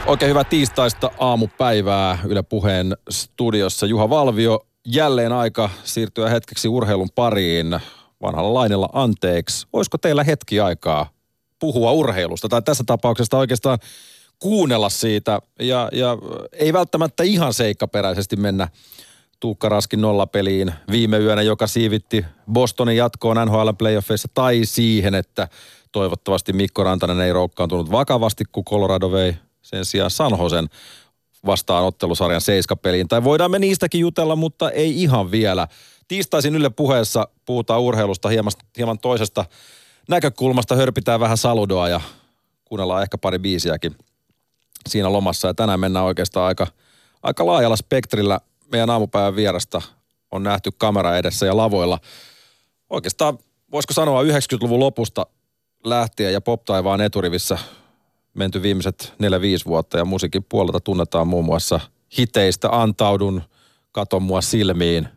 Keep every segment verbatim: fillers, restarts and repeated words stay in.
Oikein hyvää tiistaista aamupäivää Yle Puheen studiossa. Juha Valvio, jälleen aika siirtyä hetkeksi urheilun pariin. Vanhalla lainilla anteeksi. Olisiko teillä hetki aikaa puhua urheilusta? Tai tässä tapauksessa oikeastaan kuunnella siitä. Ja, ja ei välttämättä ihan seikkaperäisesti mennä Tuukka Raskin nollapeliin viime yönä, joka siivitti Bostonin jatkoon N H L-playoffeissa. Tai siihen, että toivottavasti Mikko Rantanen ei roukkaantunut vakavasti, kun Colorado vei sen sijaan San Josen vastaanottelusarjan seiskapeliin. Tai voidaan me niistäkin jutella, mutta ei ihan vielä. Tiistaisin Yle Puheessa puhutaan urheilusta hieman, hieman toisesta näkökulmasta. Hörpitään vähän saludoa ja kuunnellaan ehkä pari biisiäkin siinä lomassa. Ja tänään mennään oikeastaan aika, aika laajalla spektrillä. Meidän aamupäivän vierasta on nähty kamera edessä ja lavoilla. Oikeastaan voisiko sanoa yhdeksänkymmentäluvun lopusta lähtien ja pop-taivaan eturivissä menty viimeiset neljä viisi vuotta ja musiikin puolelta tunnetaan muun muassa hiteistä Antaudun, Kato mua silmiin,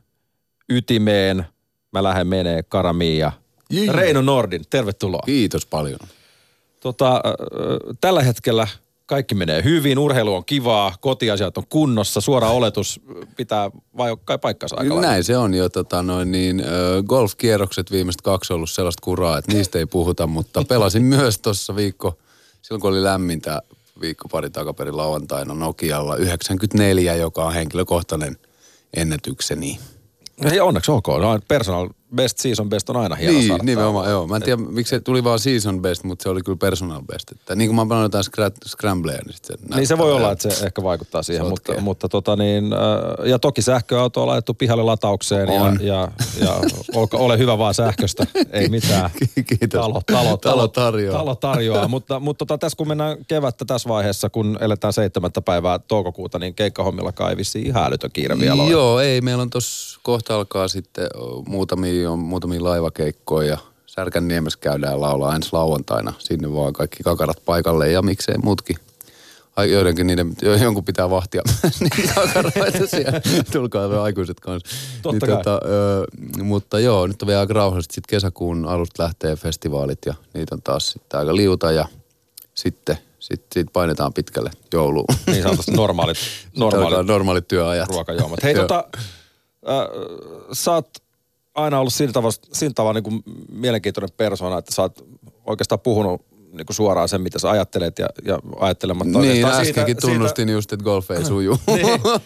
Ytimeen, Mä lähden menee, Karamiin ja Jee. Reino Nordin. Tervetuloa. Kiitos paljon. Tota, äh, tällä hetkellä kaikki menee hyvin, urheilu on kivaa, kotiasiat on kunnossa, suora oletus pitää vai kai paikkansa aika lailla. Näin se on jo, tota noin niin, äh, golfkierrokset viimeiset kaksi on ollut sellaista kuraa, että niistä ei puhuta, mutta pelasin myös tuossa viikko, silloin kun oli lämmintä viikko pari takaperin lauantaina Nokialla yhdeksänkymmentäneljä, joka on henkilökohtainen ennätykseni. Hei, onneksi olkoon. No, personal best, season best on aina hieno niin, saada. Nimenomaan, joo. Mä en tiedä, miksi se tuli vaan season best, mutta se oli kyllä personal best. Että niin kuin mä panon jotain scrambleja, niin sitten se Niin se voi olla, että se ehkä vaikuttaa siihen, mutta, mutta tota niin, ja toki sähköauto on laitettu pihalle lataukseen on. ja, ja, ja olka, ole hyvä vaan sähköstä, ei mitään. Kiitos. Talo, talo, talo tarjoaa. Talo tarjoaa, mutta, mutta tota, tässä kun mennään kevättä tässä vaiheessa, kun eletään seitsemättä päivää toukokuuta, niin keikkahommilla ei vissiin ihan älytön kiire vielä ole. Joo, ei. Meillä on tossa kohta alkaa sitten muutamia, on muutamia laivakeikkoja ja Särkänniemessä käydään laulaa ensi lauantaina. Sinne vaan kaikki kakarat paikalle ja miksei muutkin. Ai, joidenkin niiden, jonkun pitää vahtia niitä kakaroita siellä. Tulkaa aikuiset kanssa. Totta niin, kai. Tota, ö, mutta joo, nyt on vielä aika rauhallisesti. Sitten kesäkuun alusta lähtee festivaalit ja niitä on taas sitten aika liuta ja sitten sit, sit painetaan pitkälle jouluun. Niin sanotusti normaalit, normaalit, normaalit työajat. Ruokajuomat. Hei tota, äh, sä oot aina ollut siinä tavalla, siinä tavalla niin kuin mielenkiintoinen persona, että sä oot oikeastaan puhunut niin kuin suoraan sen, mitä sä ajattelet ja, ja ajattelematta niin, oikeastaan äskenkin siitä, tunnustin siitä, just, että golf ei suju. niin,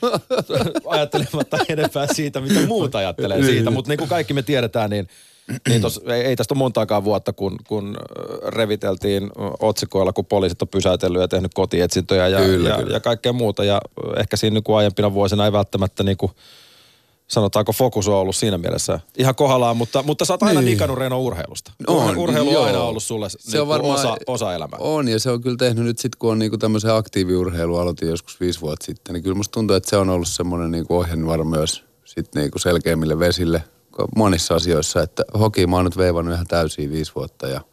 ajattelematta enempää siitä, mitä muut ajattelee niin. siitä, mutta niin kuin kaikki me tiedetään, niin, niin tos, ei, ei tästä ole montaakaan vuotta, kun, kun reviteltiin otsikoilla, kun poliisit on pysäytellyt ja tehnyt kotietsintöjä ja, kyllä, ja, kyllä. ja kaikkea muuta ja ehkä siinä niin kuin aiempina vuosina ei välttämättä niin kuin sanotaanko fokus on ollut siinä mielessä ihan kohdallaan, mutta, mutta sä oot aina niin. nikannut Reino urheilusta. On, Urheilu on joo. aina ollut sulle se niin on varmaan, osa, osa elämää. On ja se on kyllä tehnyt nyt sitten, kun on niinku tämmöisen aktiiviurheilu aloitin joskus viisi vuotta sitten, niin kyllä musta tuntuu, että se on ollut semmoinen niinku ohjenuora myös sitten niinku selkeämmille vesille monissa asioissa, että hoki mä oon nyt veivannut ihan täysiä viisi vuotta ja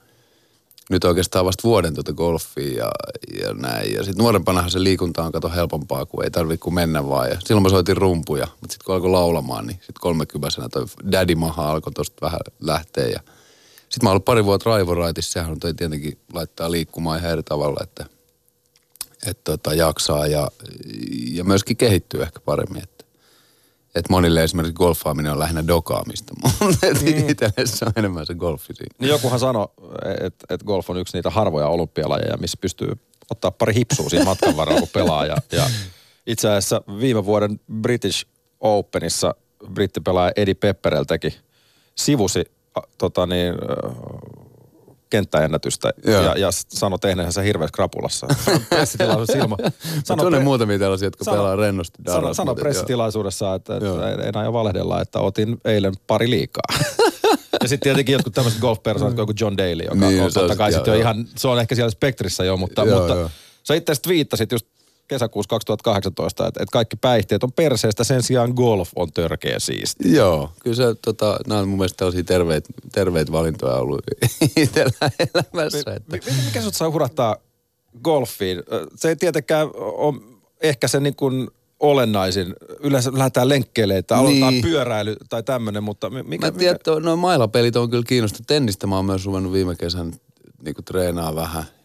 nyt oikeastaan vasta vuoden tuota golfia ja, ja näin. Ja sitten nuorempanahan se liikunta on kato helpompaa, kun ei tarvitse kuin mennä vaan. Ja silloin mä soitin rumpuja, mutta sitten kun alkoi laulamaan, niin sitten kolmekymppisenä toi Daddy Maha alkoi tosta vähän lähteä. Ja sitten mä oon ollut pari vuotta raivoraitissa, sehän on toi tietenkin laittaa liikkumaan ihan eri tavalla, että, että tota, jaksaa ja, ja myöskin kehittyy ehkä paremmin. Että, että monille esimerkiksi golfaaminen on lähinnä dokaamista, mutta mm. itselle se on enemmän se golfi siinä. Niin jokuhan sanoi, että et golf on yksi niitä harvoja olympialajeja, missä pystyy ottaa pari hipsua siinä matkan varrella, kun pelaa. Ja, ja itse asiassa viime vuoden British Openissa brittipelaaja Eddie Pepperell teki, sivusi tota niin, kenttäennätystä ja, ja sanoi tehneensä se hirveässä krapulassa. Pressitilaisuudessa ilman. Tuonne pre- muutamia tällaisia, jotka sano, pelaa rennosti. Sano, sano pressitilaisuudessa, että, että en aio valehdella, että otin eilen pari liikaa. Ja sitten tietenkin jotkut tämmöiset golf-persoonat, kuin John Daly, joka niin, on totta kai sitten jo ihan, se on ehkä siellä spektrissä jo, mutta, joo, mutta joo. Sä itse asiassa twiittasit just kesäkuussa kaksituhattakahdeksantoista, että, että kaikki päihteet on perseestä, sen sijaan golf on törkeä siisti. Joo, kyllä se, tota, nämä on mun mielestä tällaisia terveitä, terveitä valintoja ollut itsellä elämässä. Että. Mikä sut saa hurattaa golfiin? Se ei tietenkään ole ehkä se niin kuin olennaisin. Yleensä lähdetään lenkkeelle, että aloitetaan niin. pyöräily tai tämmöinen, mutta mikä... Mä tiedän, että noin mailapelit on kyllä kiinnostunut. Tennistä mä oon myös ruvennut viime kesän niin kuin treenaa vähän.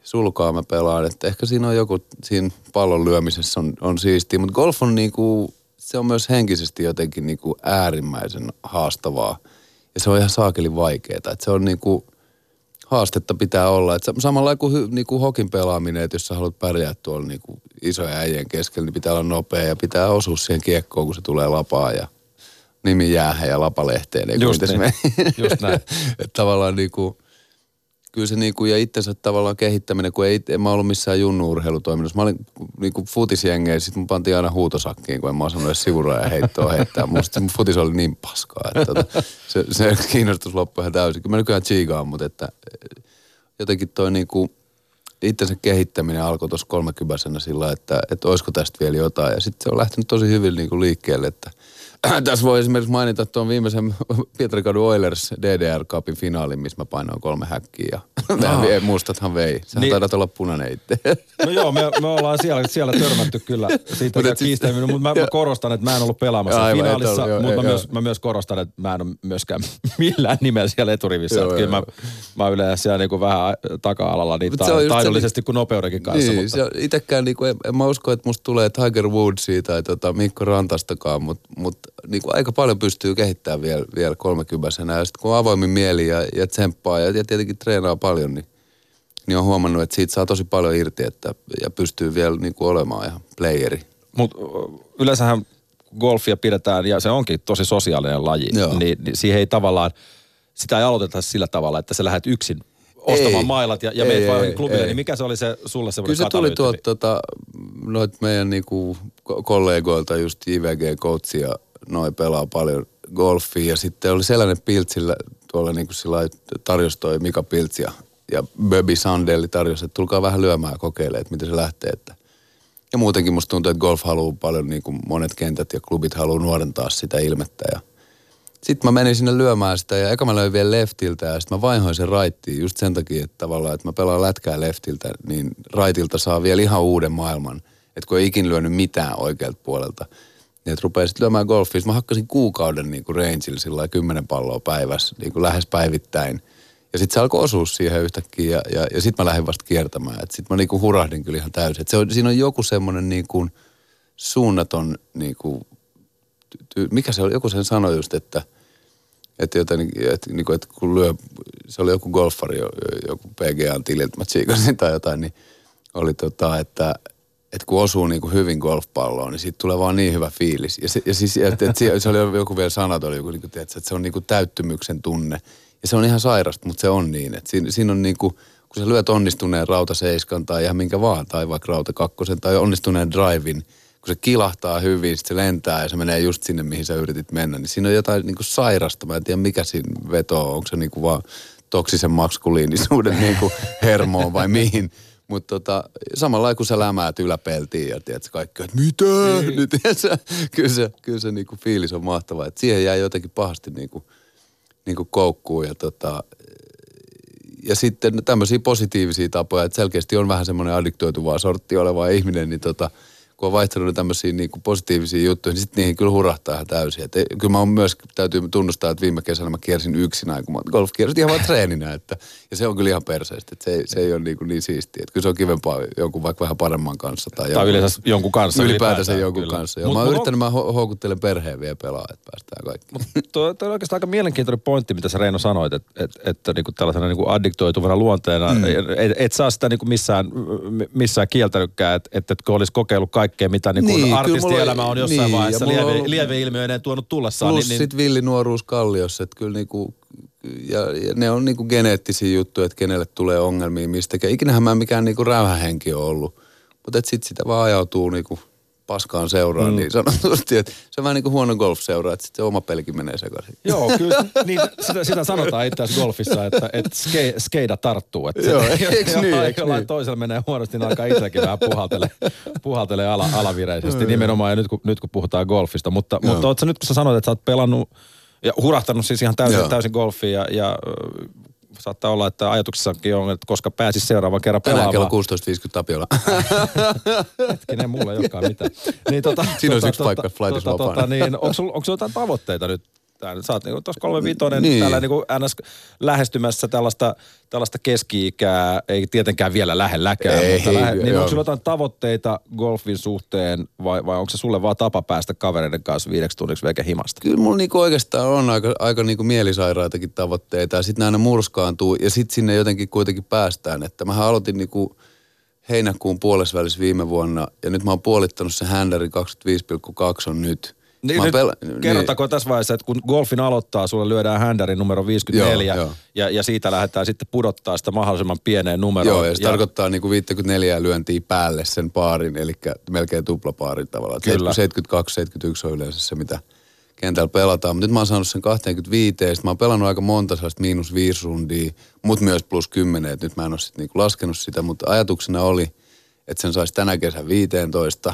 sulkaa mä pelaan. Että ehkä siinä on joku, siinä pallon lyömisessä on, on siistiä. Mutta golf on niinku, se on myös henkisesti jotenkin niinku äärimmäisen haastavaa. Ja se on ihan saakelin vaikeaa. Että se on niinku, haastetta pitää olla. Että samalla kuin niinku hokin pelaaminen, että jos sä haluat pärjää tuolla niinku isoja äijien keskellä, niin pitää olla nopea ja pitää osua siihen kiekkoon, kun se tulee lapaa ja nimi jäähän ja lapalehteen. Niin just, niin. Just näin. Että tavallaan niinku, kyllä se niinku, ja itsensä tavallaan kehittäminen, kun ei, en mä ollut missään junnu-urheilutoiminnassa. Mä olin niinku futisjengeissä, sit mun pantiin aina huutosakkiin, kun en mä osannut edes sivuraja heittoa heittää. Musta mun futis oli niin paskaa, että tota, se, se kiinnostus loppui ihan täysin. Kyllä mä nykyään tsiigaan, mutta että jotenkin toi niinku itsensä kehittäminen alkoi tuossa kolmekymmentäsenä sillä, että, että olisiko tästä vielä jotain. Ja sitten se on lähtenyt tosi hyvin niinku liikkeelle, että tässä voi esimerkiksi mainita tuon viimeisen Pietarikadun Oilers D D R Cupin finaalin, missä mä painoin kolme häkkiä ja no. mustathan vei. Sähän niin. Taidat olla punainen itse. No joo, me, me ollaan siellä, siellä törmätty kyllä siitä kiistäminen, mutta mä, mä korostan, että mä en ollut pelaamassa aivan, finaalissa, ollut, joo, mutta mä myös, mä myös korostan, että mä en ole myöskään millään nimellä siellä eturivissä. Joo, kyllä joo. Mä, mä oon yleensä siellä niinku vähän taka-alalla niin ta- taidollisesti kuin nopeudenkin kanssa. Niin, mutta itsekään niinku, en, en mä usko, että musta tulee Tiger Woodsia tai tota Mikko Rantastakaan, mutta mut, niin kuin aika paljon pystyy kehittämään vielä, vielä kolmekymmentäsenä. Ja sitten kun on avoimin mieli ja, ja tsemppaa ja, ja tietenkin treenaa paljon, niin, niin on huomannut, että siitä saa tosi paljon irti että, ja pystyy vielä niin kuin olemaan ihan playeri. Mutta yleensähän golfia pidetään, ja se onkin tosi sosiaalinen laji, niin, niin siihen ei tavallaan, sitä ei aloiteta sillä tavalla, että sä lähdet yksin ostamaan ei, mailat ja, ja meet vaan klubille, ei. Niin mikä se oli se sulle semmoinen katalyytti? Kyllä se tuli tuolta tota, noit meidän niinku kollegoilta, just J V G-coach ja noi pelaa paljon golfia ja sitten oli sellainen Piltsillä, tuolla niinku sillä tarjosi toi Mika Pilts ja, ja Bobby Sandelli tarjosi, että tulkaa vähän lyömään ja kokeilemaan, että miten se lähtee. Että. Ja muutenkin musta tuntuu, että golf haluaa paljon, niin kuin monet kentät ja klubit haluaa nuorentaa sitä ilmettä ja sitten mä menin sinne lyömään sitä ja eka mä löin vielä leftiltä ja sitten mä vaihoin sen raittiin just sen takia, että tavallaan, että mä pelaan lätkää leftiltä, niin raitilta saa vielä ihan uuden maailman. Että kun ei ikin lyönyt mitään oikealta puolelta. Niin että rupeaa sitten lyömään golfia. Mä hakkasin kuukauden niin kuin rangeilla sillä kymmenen palloa päivässä, niin kuin lähes päivittäin. Ja sitten se alkoi osua siihen yhtäkkiä ja, ja, ja sitten mä lähdin vasta kiertämään. Että sitten mä niin kuin hurahdin kyllä ihan täysin. Että se on, siinä on joku semmoinen niin kuin suunnaton, niin kuin, mikä se oli, joku sen sanoi just, että Että, joten, että, että, että kun lyö, se oli joku golfari, joku P G A-tililtä, mä tsiikasin tai jotain, niin oli tota, että, että kun osuu niin kuin hyvin golfpalloon, niin siitä tulee vaan niin hyvä fiilis. Ja, se, ja siis, että, että se oli joku vielä sanat, oli joku, että se on niin kuin täyttymyksen tunne. Ja se on ihan sairasta, mutta se on niin. Että siinä, siinä on niin kuin, kun sä lyöt onnistuneen rautaseiskan tai ihan minkä vaan, tai vaikka rautakakkosen tai onnistuneen drivein, kun se kilahtaa hyvin, sit se lentää ja se menee just sinne, mihin sä yritit mennä, niin siinä on jotain niinku sairasta. Mä en tiedä, mikä siinä vetoo. Onko se niinku vaan toksisen maskuliinisuuden niinku hermoon vai mihin. Mutta tota, samalla lailla kun sä lämäät yläpeltiin ja tiedät kaikki, että mitä? Niin. Nyt, sä, kyllä se, kyllä se niinku fiilis on mahtava. Et siihen jää jotenkin pahasti niinku, niinku koukkuun ja tota, ja sitten tämmöisiä positiivisia tapoja, että selkeästi on vähän semmoinen addiktoituvaa sorttia oleva ihminen, niin tota, kun on vaihtanut tämmöisiä niin kuin positiivisia juttuja, niin sitten niihin kyllä hurahtaa ihan täysin. Et kyllä mä oon myös, täytyy tunnustaa, että viime kesänä mä kiersin yksinään, kun mä golfkiersin ihan vaan treeninä. Että, ja se on kyllä ihan perseistä, että se ei, se ei ole niin, niin siistiä. Että kyllä se on kivempaa jonkun vaikka vähän paremman kanssa. Tai, tai jonkun, yleensä jonkun kanssa. Ylipäätänsä jonkun kyllä. kanssa. Mut, mä oon yrittänyt, on... mä houkuttelen perheen vielä pelaa, että päästään kaikki. Mutta tuo on oikeastaan aika mielenkiintoinen pointti, mitä sä Reino sanoit, että, että, että niin kuin tällaisena niin kuin addiktoituvana luonteena, mm. et, et saa sitä niin kuin missään, missään kieltänytkään, että, että kun olisi kokeillut kaikkea, mitä niin kuin niin, artistielämä on jossain niin, vaiheessa lievi, ollut... lieveilmiöineen tuonut tullessaan. Plus niin, sit villinuoruus kalliossa, että kyllä niinku, ja, ja ne on niinku geneettisiä juttuja, että kenelle tulee ongelmia mistäkään. Ikinähän mä mikään niinku räyhähenki on ollut, mutta et sit sitä vaan ajautuu niinku paskaan seuraan, mm. niin sanotusti, että se on vähän niin kuin huono golf-seura, että sitten se oma pelikin menee sekaisin. Joo, kyllä, niin, sitä, sitä sanotaan itse asiassa golfissa, että, että ske, skeida tarttuu. Että joo, eikö niin, eikö niin? Toisella menee huonosti, niin alkaa itsekin vähän puhaltelee, puhaltelee ala, alavireisesti, nimenomaan ja nyt kun, nyt kun puhutaan golfista. Mutta, mutta ootko nyt kun sä sanoit, että sä oot pelannut ja hurahtanut siis ihan täysin, täysin golfia ja, ja saattaa olla, että ajatuksessakin on, että koska pääsis seuraavan kerran pelaamaan. Tänään kello kuusitoista viisikymmentä Tapiola. Hetkinen, mulla ei olekaan mitään. Niin, tota, Siinä tota, olisi yksi tota, paikka, flight is tota, tota, niin, onko sulla jotain tavoitteita nyt yllättäen. Sä oot niinku tuossa kolmevitonen niin. täällä niinku N S lähestymässä tällaista, tällaista keski-ikää, ei tietenkään vielä lähelläkään, ei, mutta lähe, ei, niin joo. onko sulla jotain tavoitteita golfin suhteen vai, vai onko se sulle vaan tapa päästä kavereiden kanssa viideksi tunniksi veke himasta? Kyllä mulla niinku oikeastaan on aika, aika niinku mielisairaitakin tavoitteita ja sitten ne aina murskaantuu ja sitten sinne jotenkin kuitenkin päästään. Että mähän aloitin niinku heinäkuun puolesvälissä viime vuonna ja nyt mä oon puolittanut se händäri kaksikymmentäviisi pilkku kaksi on nyt. Niin, nyt pel- kerrotaanko tässä vaiheessa, että kun golfin aloittaa, sulle lyödään händärin numero viisikymmentäneljä joo, joo. Ja, ja siitä lähdetään sitten pudottaa sitä mahdollisimman pieneen numeroon. Joo, ja se ja tarkoittaa niinku viisikymmentäneljä lyöntiä päälle sen paarin, eli melkein tuplapaarin tavallaan. Kyllä. seitsemänkymmentäkaksi seitsemänkymmentäyksi on yleensä se, mitä kentällä pelataan. Mutta nyt mä oon saanut sen kaksikymmentäviisi, ja sit mä oon pelannut aika monta sellaista miinus viisi rundia, mutta myös plus kymmenen, että nyt mä en ole sit niinku laskenut sitä, mutta ajatuksena oli, että sen saisi tänä kesän viisitoista.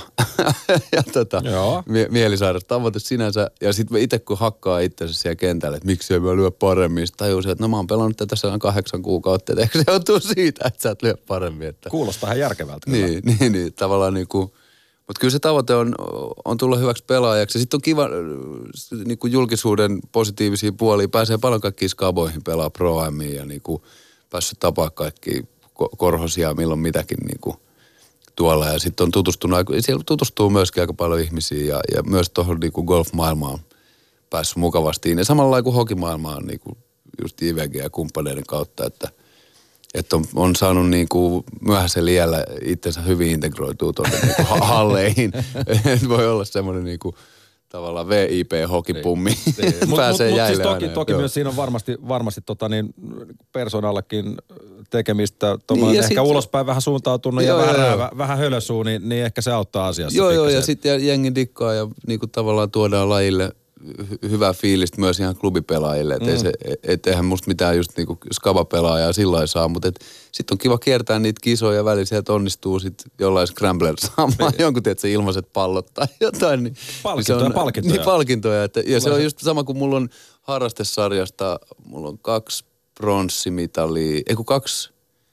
ja tota, mie- mielisairas tavoite sinänsä. Ja sitten itse kun hakkaa itsensä siellä kentällä, että miksi ei mä lyö paremmin, sitten tajusin, että no mä oon pelannut tätä sellainen kahdeksan kuukautta, että ehkä se joutuu siitä, että sä et lyö paremmin. Että... Kuulostaa ihan järkevältä. Niin, niin, niin, tavallaan niin kuin, mutta kyllä se tavoite on, on tulla hyväksi pelaajaksi. Sitten on kiva niin kuin julkisuuden positiivisia puolia. Pääsee paljon kaikkiin skaboihin pelaa pro-amiin ja niin kuin päässyt tapaa kaikki korhosia milloin mitäkin niin kuin tuolla. Ja sitten on tutustunut, siellä tutustuu myöskin aika paljon ihmisiä ja, ja myös tuohon niin kuin golf-maailmaan päässyt mukavasti. Ja samalla lailla kuin hokimaailmaan niin kuin just I V G ja kumppaneiden kautta, että Että on, on saanut niinku myöhäisen liällä itsensä hyvin integroitua tuonne niinku halleihin. Että voi olla semmoinen niinku tavallaan V I P-hokipummi. Niin. Pääsee Mutta jäille siis toki, aina. toki myös siinä on varmasti, varmasti tota niin, persoonallekin tekemistä. Niin, ehkä sit, ulospäin vähän suuntautunut joo, ja vähän, joo, rää, vähän hölösuu, niin, niin ehkä se auttaa asiassa. Joo, pikkasen. joo, ja sitten jengi dikkaa ja niinku tavallaan tuodaan lajille hyvää fiilistä myös ihan klubipelaajille. Että mm. et, et, eihän musta mitään just niinku skaba-pelaajaa sillä lailla saa, mutta sitten on kiva kiertää niitä kisoja ja välillä sieltä onnistuu sitten jollain scrambler saamaan jonkun, tiedätkö, ilmaiset pallot tai jotain. Niin, palkintoja, niin on, palkintoja. Niin, palkintoja. Että, ja se on just sama kuin mulla on harrastesarjasta, mulla on kaksi pronssimitalia, ei kun kaksi,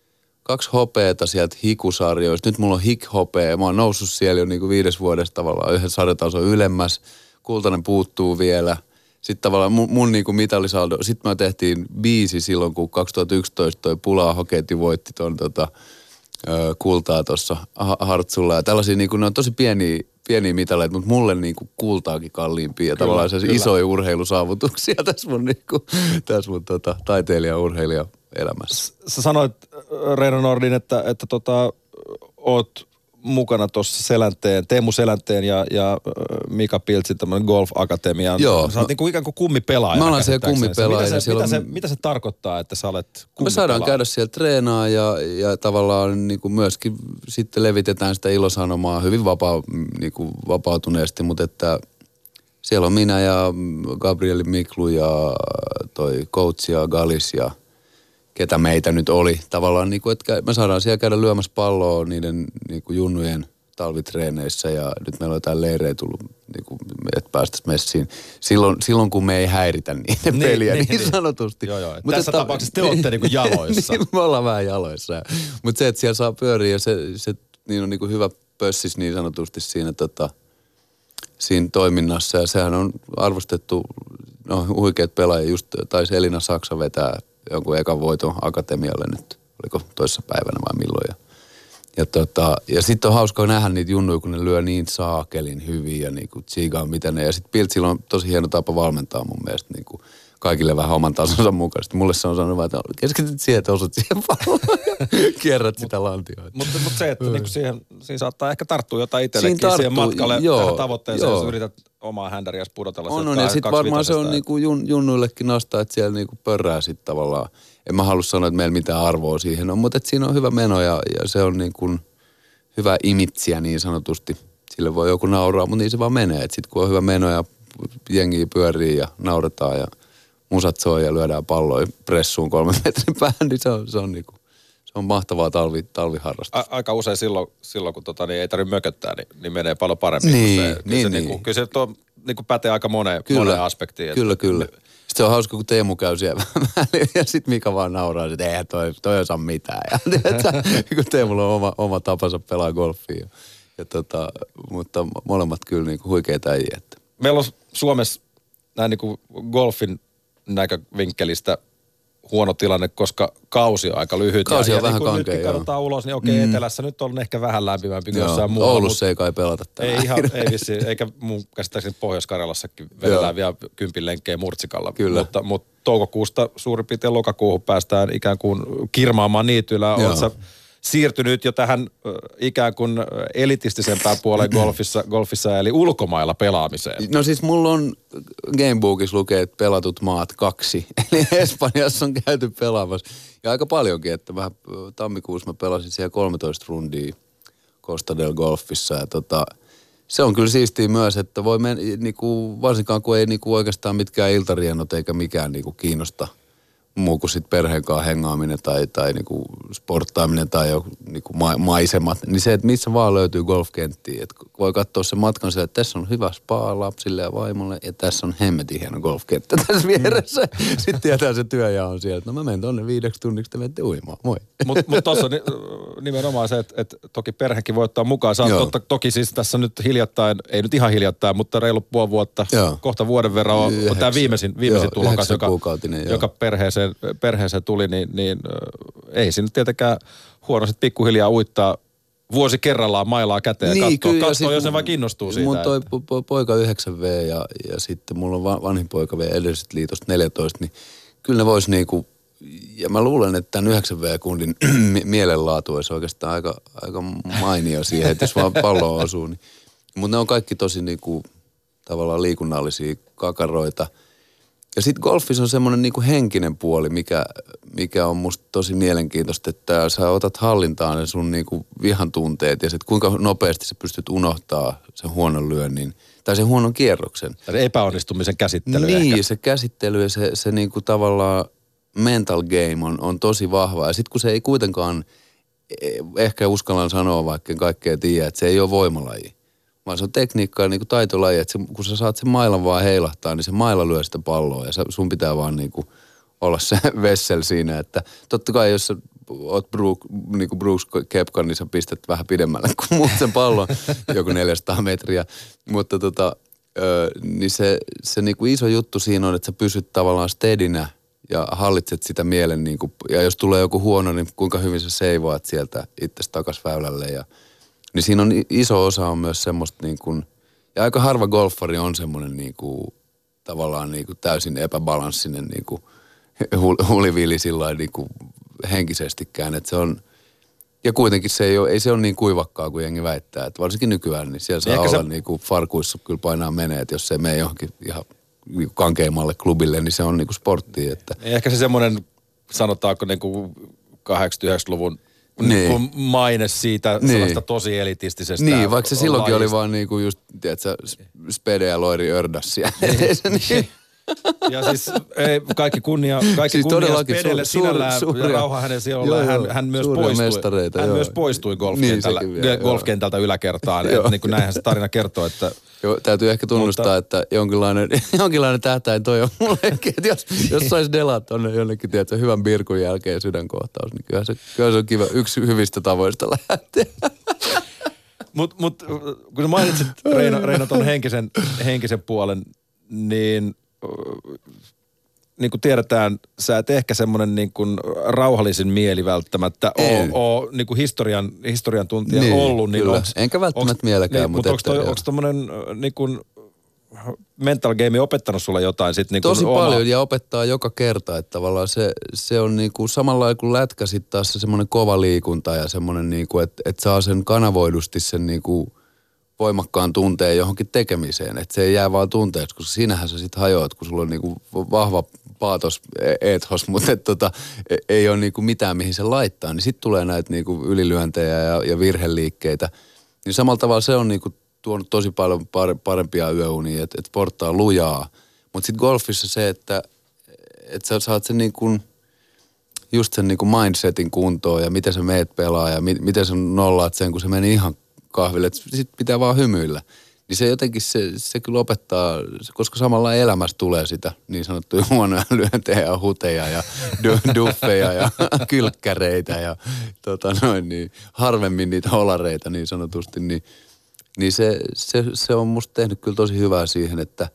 kaksi hopeeta sieltä hikusarjoista. Nyt mulla on hik-hopea. Mä oon noussut siellä jo niinku viides vuodesta tavallaan yhden sarjatason ylemmäs. Kultainen puuttuu vielä. Sitten tavallaan mun, mun niinku mitalisaldo. Sitten me tehtiin biisi silloin, kun kaksituhattayksitoista toi Pulaa Hoketti voitti ton tota, ö, kultaa tuossa Hartsulla. Ja tällaisia niinku, ne on tosi pieniä, pieniä mitaleita, mutta mulle niinku kultaakin kalliimpia. Ja kyllä, tavallaan se isoja urheilusaavutuksia tässä mun, niinku, tässä mun tota, taiteilija-urheilija elämässä. Sä sanoit, Reino Nordin, että, että tota, oot mukana tuossa Selänteen, Teemu Selänteen ja, ja Mika Piltsin tämmöinen Golf-akatemia. Joo. Sä oot niinku ikään kuin kummipelaaja. Mä olen siellä kummipelaaja. Mitä, se, mitä, on... se, mitä se tarkoittaa, että sä olet kummipelaaja? Me saadaan käydä siellä treenaa ja, ja tavallaan niin kuin myöskin sitten levitetään sitä ilosanomaa hyvin vapaa, niin kuin vapautuneesti, mutta että siellä on minä ja Gabrieli Miklu ja toi coach ja Galis ja ketä meitä nyt oli. Tavallaan, niin kuin, että me saadaan siellä käydä lyömässä palloa niiden niin kuin junnujen talvitreeneissä ja nyt meillä on jotain leirejä tullut, niin kuin, että päästäisiin messiin. Silloin, silloin, kun me ei häiritä niiden niin, peliä niin, niin, niin sanotusti. Joo, joo. Mutta tässä että, tapauksessa te olette niin kuin jaloissa. Niin, me ollaan vähän jaloissa. Mutta se, että siellä saa pyöriä ja se, se niin on niin kuin hyvä pössis niin sanotusti siinä, tota, siinä toiminnassa. Ja sehän on arvostettu, no huikeat pelaajia, just taisi Elina Saksa vetää jonkun ekan voiton akatemialle nyt, oliko toissa päivänä vai milloin. Ja, ja, tota, ja sitten on hauska nähdä niitä junnuja, kun ne lyö niin saakelin hyvin ja niinku tsiigaa mitä ne. Ja sitten Piltsillä on tosi hieno tapa valmentaa mun mielestä niinku kaikille vähän oman tasonsa mukaisesti. Mulle se on sanonut vaan, että keskityt siihen, että osut siihen palloon ja kierrät sitä lantioita. Mutta mut se, että niinku siihen, siihen saattaa ehkä tarttua jotain itsellekin siihen, siihen matkalle joo, tähän tavoitteeseen, jos yrität omaa händäriäsi pudotella. On, on, ja sitten varmaan se on niinku jun, junnuillekin nastaa, että siellä niinku pörrää sitten tavallaan. En mä halua sanoa, että meillä mitään arvoa siihen on, mutta siinä on hyvä meno ja, ja se on niin kuin hyvä imitsiä niin sanotusti. Sille voi joku nauraa, mutta niin se vaan menee. Sitten kun on hyvä meno ja jengiä pyörii ja nauretaan ja musat soi ja lyödään palloja pressuun kolmen metrin päähän, niin se on, se on, niin kuin, se on mahtavaa talvi, talviharrastus. A- aika usein silloin, silloin kun tota, niin ei tarvitse mököttää, niin, niin menee paljon paremmin. Niin, se, niin, se, niin. Niin kuin, kyllä se tuo, niin kuin pätee aika moneen, moneen aspektiin. Kyllä, että, kyllä. Sitten se on hauska, kun Teemu käy siellä väliin ja sitten Mika vaan nauraa, että eihän toi, toi osaa mitään. Ja, tiedätkö, kun Teemulla on oma, oma tapansa pelaa golfia. Ja, ja tota, mutta molemmat kyllä niin kuin huikeita äijä. Meillä on Suomessa näin niin kuin golfin näkövinkkelistä huono tilanne, koska kausi on aika lyhyt. Kausi ja, on ja vähän niin kankea, nyt katsotaan ulos, niin okei, mm. etelässä nyt on ehkä vähän lämpimämpi kuin jossain muualla. Oulussa ei kai pelata tänään. Ei ihan, ei vissi, eikä mun käsittääkseni Pohjois-Karjalassakin vedellään vielä kympin lenkkejä Murtsikalla. Kyllä. Mutta, mutta toukokuusta suurin piirtein lokakuuhun päästään ikään kuin kirmaamaan niityllä. Oletko siirtynyt jo tähän äh, ikään kuin elitistisempään puoleen golfissa, golfissa, eli ulkomailla pelaamiseen? No siis mulla on Gamebookissa lukee, että pelatut maat kaksi. Eli Espanjassa on käyty pelaamassa. Ja aika paljonkin, että vähän tammikuussa mä pelasin siellä kolmetoista rundia Costa del Golfissa. Ja tota, se on kyllä siistiä myös, että voi mennä, niinku, varsinkaan kun ei niinku oikeastaan mitkään iltariennot eikä mikään niinku kiinnosta muu kuin sitten perheen kanssa hengaaminen tai, tai niinku sporttaaminen tai joku niinku ma- maisemat. Niin se, että missä vaan löytyy golfkenttiä. Että voi katsoa sen matkan sille, että tässä on hyvä spa lapsille ja vaimolle ja tässä on hemmetin hieno golfkenttä tässä vieressä. Sitten tietää se työjaon siellä, että no mä menen tonne viideksi tunniksi, te menette uimaan. Moi. Mutta mut tuossa on nimenomaan se, että et toki perhekin voi ottaa mukaan. Sä oot totta, toki siis tässä nyt hiljattain, ei nyt ihan hiljattain, mutta reilu puoli vuotta, Joo. kohta vuoden verran on, on tämä viimeisin, viimeisin tulokas, joka, joka perheeseen, perheeseen tuli, niin, niin äh, ei siinä tietenkään huono sitten pikkuhiljaa uittaa vuosi kerrallaan mailaa käteen niin, ja katsoa, katsoa jos ne vaan kiinnostuu siitä. Mun toi että... po- poika yhdeksän vuotta ja, ja sitten mulla on vanhin poika vielä edellisestä liitosta neljätoista, niin kyllä ne vois niinku, ja mä luulen, että tämän yhdeksän vuoden kundin mielenlaatu olisi oikeastaan aika, aika mainio siihen, että jos vaan pallo osuu. Niin. Mutta ne on kaikki tosi niinku tavallaan liikunnallisia kakaroita. Ja sitten golfissa on semmoinen niinku henkinen puoli, mikä, mikä on musta tosi mielenkiintoista, että sä otat hallintaan ne sun niinku vihan tunteet ja sit kuinka nopeasti sä pystyt unohtaa sen huonon lyönnin tai sen huonon kierroksen. Tai epäonnistumisen käsittely Niin, ehkä. se käsittely ja se, se niinku tavallaan mental game on, on tosi vahva. Ja sitten kun se ei kuitenkaan, ehkä uskallan sanoa, vaikka en kaikkea tiedä, että se ei ole voimalaji. Vaan se on tekniikka ja niinku taitolaji, että se, kun sä saat sen mailan vaan heilahtaa, niin se maila lyö sitä palloa ja sun pitää vaan niinku olla se vessel siinä, että totta kai jos sä oot Brook, niinku Brooks Koepka, niin sä pistät vähän pidemmälle kuin muut sen pallon, joku neljäsataa metriä, mutta tota, ö, niin se, se niinku iso juttu siinä on, että sä pysyt tavallaan steadinä ja hallitset sitä mielen niinku, ja jos tulee joku huono, niin kuinka hyvin sä seivaat sieltä itses takas väylälle ja niin siinä on iso osa on myös semmoista niin kuin, ja aika harva golfari on semmoinen niin kuin, tavallaan niin kuin täysin epäbalanssinen niin kuin hulivili sillain niin kuin henkisestikään, että se on, ja kuitenkin se ei ole, ei se ole niin kuivakkaa kuin jengi väittää, että varsinkin nykyään, niin siellä saa Ehkä olla se... niin kuin farkuissa kyllä painaa menee, että jos se ei mene johonkin ihan kankeimmalle klubille, niin se on niin kuin sporttia, että. Ehkä se semmoinen, sanotaanko niin kuin kahdeksankymmentä-yhdeksänkymmentäluvun niin. maine siitä niin. sellaista tosi elitistisestä. Niin, vaikka se silloinkin oli vaan niinku just, tiedätkö, Spede ja Loiri Ördassia. Niin. Ja siis ei, kaikki kunnia, kaikki siis kunnia Spedelle su, sinällään suur, ja rauha hänen sielullaan. Hän, hän, myös poistui, hän myös poistui golfkentältä, niin vielä, golfkentältä yläkertaan. Että niin kuin näinhän se tarina kertoo, että. Joo, täytyy ehkä tunnustaa, mutta, että jonkinlainen, jonkinlainen tähtäin toi on mullekin. Että jos, jos sais delaa tonne jonnekin, tiedätkö, hyvän birkun jälkeen sydänkohtaus, niin kyllä se, kyllä se on kiva, yksi hyvistä tavoista lähteä. Mutta mut, kun mainitsit Reino, Reino ton henkisen, henkisen puolen, niin niin kuin tiedetään, sä et ehkä semmoinen niin kuin rauhallisin mieli välttämättä ole, ole niin kuin historian, historian tuntija niin, ollut. Niin onks, enkä välttämättä mielekään. Niin, mutta onko onko tommoinen niin kuin mental game opettanut sulle jotain? Sit niin Tosi oma... paljon ja opettaa joka kerta, että tavallaan se, se on niin kuin samalla kuin lätkä sitten taas se semmoinen kova liikunta ja semmoinen niin kuin, että, että saa sen kanavoidusti sen niin kuin voimakkaan tunteen johonkin tekemiseen. Että se ei jää vaan tunteeksi, koska siinähän sä sitten hajoat, kun sulla on niinku vahva paatos ethos, mutta et tota, ei ole niinku mitään mihin se laittaa. Niin sitten tulee näitä niinku ylilyöntejä ja, ja virheliikkeitä. Niin samalla tavalla se on niinku tuonut tosi paljon parempia yöunia, että et sporttaa lujaa. Mutta sitten golfissa se, että et sä saat sen niinku, just sen niinku mindsetin kuntoon ja miten sä meet pelaa ja mi, miten sä nollaat sen, kun se meni ihan kahville, että sit pitää vaan hymyillä. Niin se jotenkin, se, se kyllä opettaa, koska samalla elämässä tulee sitä niin sanottuja huonoja lyöntejä ja huteja ja duffeja ja kylkkäreitä ja tota noin, niin harvemmin niitä holareita niin sanotusti, niin, niin se, se, se on musta tehnyt kyllä tosi hyvää siihen, että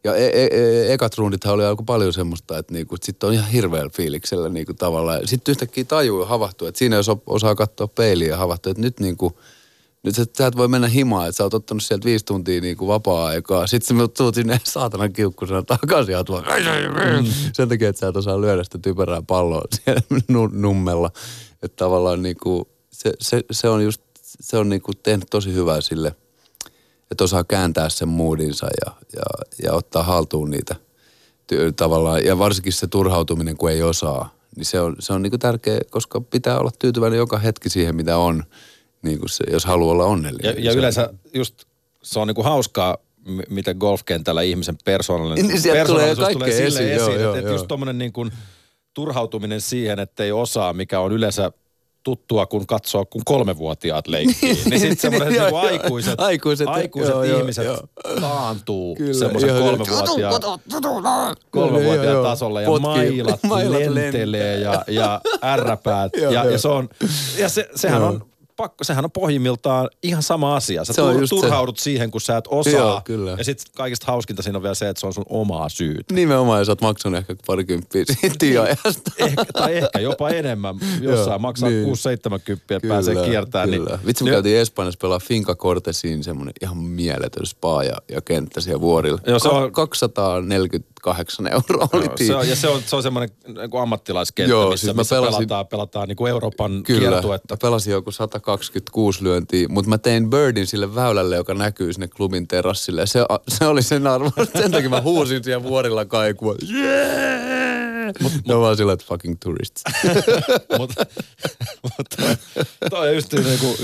Ja e- e- e- ekat rundithan oli aika paljon semmoista, että niinku, sitten on ihan hirveällä fiiliksellä niinku tavallaan. Sitten yhtäkkiä tajuu ja havahtuu, että siinä jos osaa katsoa peiliin ja havahtuu, että nyt niinku, nyt sä, sä et voi mennä himaan, että sä oot ottanut sieltä viisi tuntia niinku vapaa-aikaa. Sitten sä tuut sinne saatanan kiukkusena takaisin ja tuot, mm. sen takia, että sä et osaa lyödä sitä typerää palloa siellä nummella. Että tavallaan niinku, se, se, se on just, se on niinku tehnyt tosi hyvää sille, että osaa kääntää sen moodinsa ja, ja, ja ottaa haltuun niitä ty- tavallaan. Ja varsinkin se turhautuminen, kun ei osaa, niin se on, se on niinku tärkeä, koska pitää olla tyytyväinen joka hetki siihen, mitä on, niinku se, jos haluaa olla onnellinen. Ja, ja yleensä just se on niinku hauskaa, m- miten golfkentällä ihmisen persoonallinen, niin persoonallisuus tulee, tulee sille esiin. esiin, Joo, että joo, just tommonen niinku turhautuminen siihen, että ei osaa, mikä on yleensä tuttua, kun katsoo, kun kolmevuotiaat leikkii. Niin sitten semmoiset niinku aikuiset, aikuiset, aikuiset joo, ihmiset joo, taantuu semmoisen kolmevuotiaan, kolmevuotiaan tasolle ja mailat, mailat lentelee ja, ja ärräpäät. ja, ja, se on, ja se, sehän joo. on pakko, sehän on pohjimmiltaan ihan sama asia. Sä tur, turhaudut se. siihen, kun sä et osaa. Joo, kyllä. Ja sit kaikista hauskinta siinä on vielä se, että se on sun omaa syytä. Nimenomaan, ja sä oot maksanut ehkä parikymppiä siitä työajasta. Ehkä, tai ehkä jopa enemmän. Jossain maksaa niin. kuusi seitsemänkymmentä, että pääsee kiertämään. Kyllä. Niin, vitsi, me ne... käytiin Espanjassa pelaa Finca Cortesiin, semmoinen ihan mieletön spa ja, ja kenttä siellä vuorilla. Joo, se on... kaksisataaneljäkymmentäkahdeksan euroa oli no, se on, ja se on, se on semmoinen niin ammattilaiskenttä, joo, missä, siis missä pelasin... pelataan, pelataan niin kuin Euroopan kyllä, kiertuetta. Kyllä, pelasin joku sata kaksikymmentäkuusi lyöntiä, mutta mä tein birdin sille väylälle, joka näkyy sinne klubin terassille. Ja se, se oli sen arvo. Sen takia mä huusin siellä vuorilla kaikua. Yeah! Mut, ne on vaan sillä, että fucking tourists. Mutta mut, toi on just niinku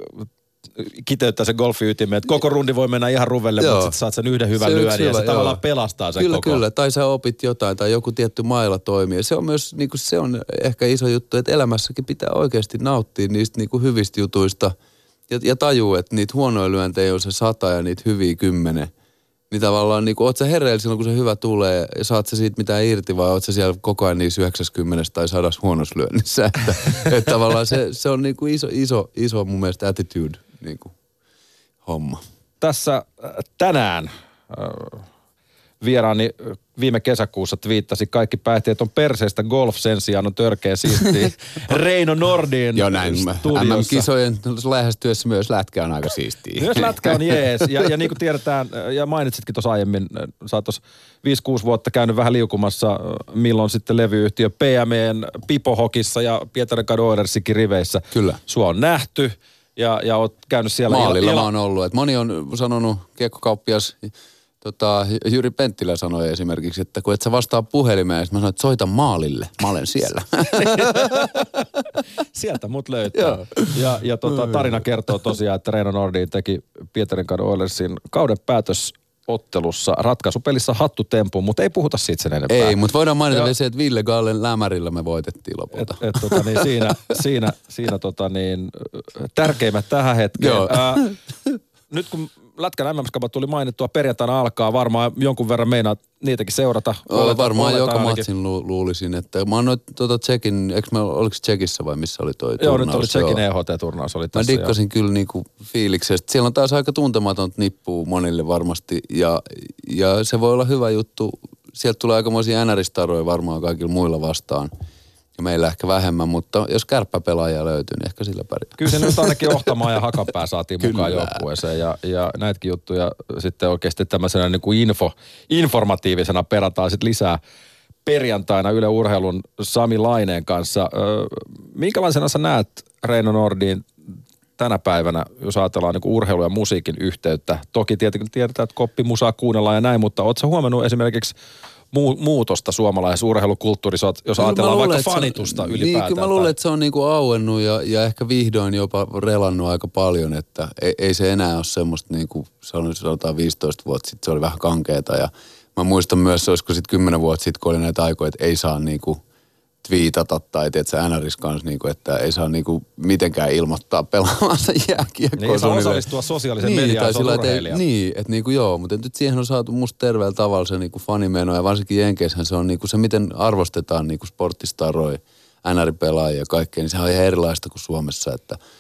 kiteyttää se golfin ytimeen, että koko rundi voi mennä ihan ruvelle, joo. mutta sitten saat sen yhden hyvän lyörin ja se joo. tavallaan pelastaa sen kyllä, koko. Kyllä, kyllä. Tai sä opit jotain tai joku tietty maila toimii. Se on myös, niin kuin se on ehkä iso juttu, että elämässäkin pitää oikeasti nauttia niistä niin kuin hyvistä jutuista ja, ja tajuu, että niitä huonoja lyöntejä on se sata ja niitä hyviä kymmenen. Niin tavallaan, niin kuin, oot sä hereillä silloin, kun se hyvä tulee, ja saat sä siitä mitään irti, vai oot sä siellä koko ajan niissä yhdeksänkymmentä tai sadas huonossa lyönnissä. Että, että tavallaan se, se on niin kuin iso, iso, iso mun mielestä attitude niin kuin homma. Tässä tänään äh, vieraani viime kesäkuussa twiittasi kaikki päihteet on perseestä, golf sen sijaan on törkeä siistiä. Reino Nordin joo, näin. studiossa. M M-kisojen lähestyessä myös lätkä on aika siistiä. Myös lätkä on jees. Ja, ja niin kuin tiedetään, ja mainitsitkin tuossa aiemmin, sä oot tuossa viisi kuusi vuotta käynyt vähän liukumassa, milloin sitten levyyhtiö P M E:n Pipohokissa ja Pietarin Oilersikin riveissä. Kyllä. Sua on nähty ja, ja oot käynyt siellä. Maalilla ila- mä oon ollut. Et moni on sanonut, kiekkokauppias Tota, Jyri Penttilä sanoi esimerkiksi, että kun et sä vastaa puhelimeen, mä sanoin, että soita maalille, mä olen siellä. Sieltä mut löytää. ja ja tota, tarina kertoo tosiaan, että Reino Nordin teki Pietarinkadun Oilersin kauden päätösottelussa ratkaisupelissä hattutempun, mutta ei puhuta siitä sen enempää. Ei, mutta voidaan mainita vielä se, että Ville Gallen lämärillä me voitettiin lopulta. Et, et, tota, niin siinä siinä, siinä tota, niin, tärkeimmät tähän hetkeen. Äh, nyt kun Lätkän M M-skapa tuli mainittua, perjantaina alkaa, varmaan jonkun verran meinaat niitäkin seurata. Oletan, varmaan joka ainakin. Matsin lu- luulisin, että mä annoin tuota Tsekin, eikö mä, oliko Tsekissä vai missä oli toi joo, turnaus? Joo, nyt oli Tsekin E H T-turnaus oli tässä. Mä dikkasin jo. Kyllä niinku fiiliksestä. Siellä on taas aika tuntematon nippuu monille varmasti ja, ja se voi olla hyvä juttu. Sieltä tulee aikamoisia N R-staroja varmaan kaikilla muilla vastaan. Ja meillä ehkä vähemmän, mutta jos kärppäpelaajia löytyy, niin ehkä sillä pärjää. Kyllä se nyt ainakin Ohtamaa ja Hakanpää saatiin mukaan joukkueeseen ja, ja näitäkin juttuja sitten oikeasti tämmöisenä niin kuin info, informatiivisena perataan sitten lisää perjantaina Yle Urheilun Sami Laineen kanssa. Öö, minkälaisena sä näet Reino Nordin tänä päivänä, jos ajatellaan niin kuin urheilu- ja musiikin yhteyttä? Toki tietenkin tiedetään, että koppimusaa kuunnellaan ja näin, mutta ootko sä huomannut esimerkiksi muutosta suomalaisessa urheilukulttuurissa, jos ajatellaan luulen, vaikka fanitusta on, ylipäätään? Niin, kyllä mä luulen, että se on niinku auennut ja, ja ehkä vihdoin jopa relannut aika paljon, että ei, ei se enää ole semmoista niinku, sanotaan viisitoista vuotta sitten, se oli vähän kankeeta ja mä muistan myös, olisiko sitten kymmenen vuotta sitten, kun oli näitä aikoja, että ei saa niinku twiitata tai tiedät sä N R:s kanssa, niinku, että ei saa niinku mitenkään ilmoittaa pelaamansa jääkiekkoa. Niin ei saa osallistua sosiaalisen niin, mediaan, se on urheilija. Niin, että niinku joo, mutta nyt siihen on saatu musta terveellä tavalla se niinku fanimeno ja varsinkin Jenkeissähän se on niinku se, miten arvostetaan niinku sporttistaroja, N R-pelaajia ja kaikkea, niin se on ihan erilaista kuin Suomessa, että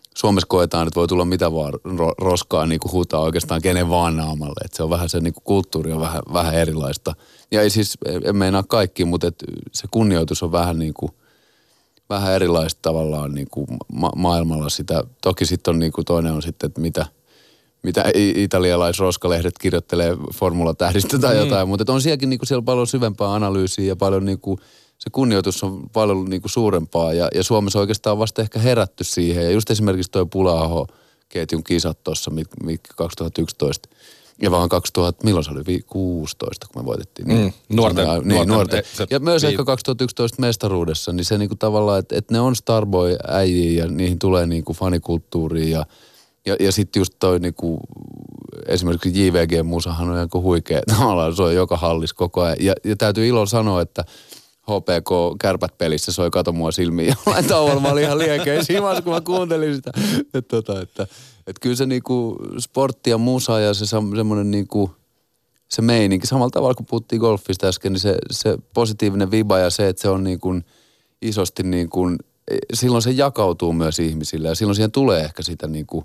Suomessa koetaan, että voi tulla mitä vaan ro- roskaa niin kuin huutaa oikeastaan kenen vaan naamalle. Että se on vähän se niin kuin kulttuuri on vähän, vähän erilaista. Ja ei siis, en meinaa kaikki, mutta et se kunnioitus on vähän niin kuin, vähän erilaista tavallaan niin kuin ma- maailmalla sitä. Toki sitten on niin kuin toinen on sitten, että mitä, mitä italialaisroskalehdet kirjoittelee formulatähdistä tai mm. jotain. Mutta on sielläkin niin kuin siellä paljon syvempää analyysiä ja paljon niin kuin se kunnioitus on paljon niin kuin suurempaa ja, ja Suomessa oikeastaan on vasta ehkä herätty siihen. Ja just esimerkiksi toi Pula-aho-ketjun kisat tuossa, mitkä kaksituhattayksitoista ja vaan kaksituhatta, milloin se oli? kuusitoista, kun me voitettiin. Niin, mm, nuorten, niin, nuorten, nuorten. Se, ja myös vii... ehkä kaksituhattayksitoista mestaruudessa, niin se niin kuin tavallaan, että, että ne on Starboy-äijiä ja niihin tulee niin kuin fanikulttuuriin ja Ja, ja sitten just toi niinku, esimerkiksi J V G-musahan on aika huikea. Tavallaan se on joka hallis koko ajan. Ja, ja täytyy ilo sanoa, että H P K-kärpät-pelissä soi kato mua silmiin jollain tavalla. Mä olin ihan liekein siinä, kun mä kuuntelin sitä. Että tota, että, että kyllä se niinku sportti ja musa ja se semmoinen niinku, se meininki. Samalla tavalla kun puhuttiin golfista äsken, niin se, se positiivinen viba ja se, että se on niinku isosti niinku, silloin se jakautuu myös ihmisille ja silloin siihen tulee ehkä sitä niinku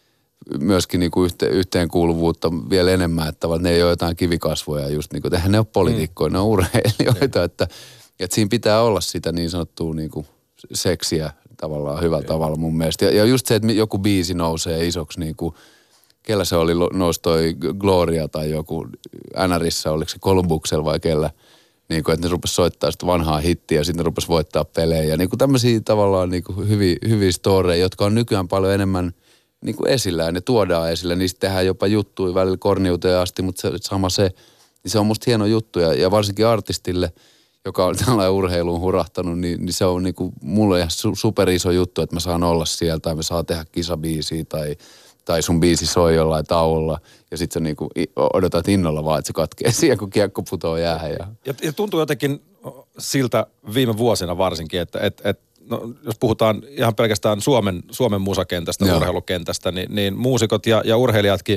myöskin niinku yhte, yhteenkuuluvuutta vielä enemmän, että ne ei ole jotain kivikasvoja just niin kuin, eihän ne ole poliitikkoja, mm. ne on urheilijoita, mm. että, että siinä pitää olla sitä niin sanottua niinku seksiä tavallaan hyvällä mm. tavalla mun mielestä. Ja, ja just se, että joku biisi nousee isoksi niinku, kellä se oli, nousi toi Gloria tai joku N R:ssä, oliko se Columbuksella vai kellä, niinku, että ne rupes soittaa sitä vanhaa hittiä ja sitten ne rupes voittaa pelejä. Niinku tämmöisiä tavallaan niinku hyviä, hyviä storeja, jotka on nykyään paljon enemmän niin kuin esillä ja ne tuodaan esille. Niistä tehdään jopa juttuja välillä korniuteen asti, mutta se, sama se, niin se on musta hieno juttu. Ja, ja varsinkin artistille, joka on tällainen urheiluun hurahtanut, niin, niin se on niin kuin mulle ihan su, super iso juttu, että mä saan olla siellä tai me saa tehdä kisabiisiä tai, tai sun biisi soi jollain tauolla. Ja sit sä niin kuin odotat innolla vaan, että se katkee siihen, kun kiekko putoo jäähän. Ja, ja, ja tuntuu jotenkin siltä viime vuosina varsinkin, että et, et no, jos puhutaan ihan pelkästään Suomen, Suomen musakentästä, Joo. urheilukentästä, niin, niin muusikot ja, ja urheilijatkin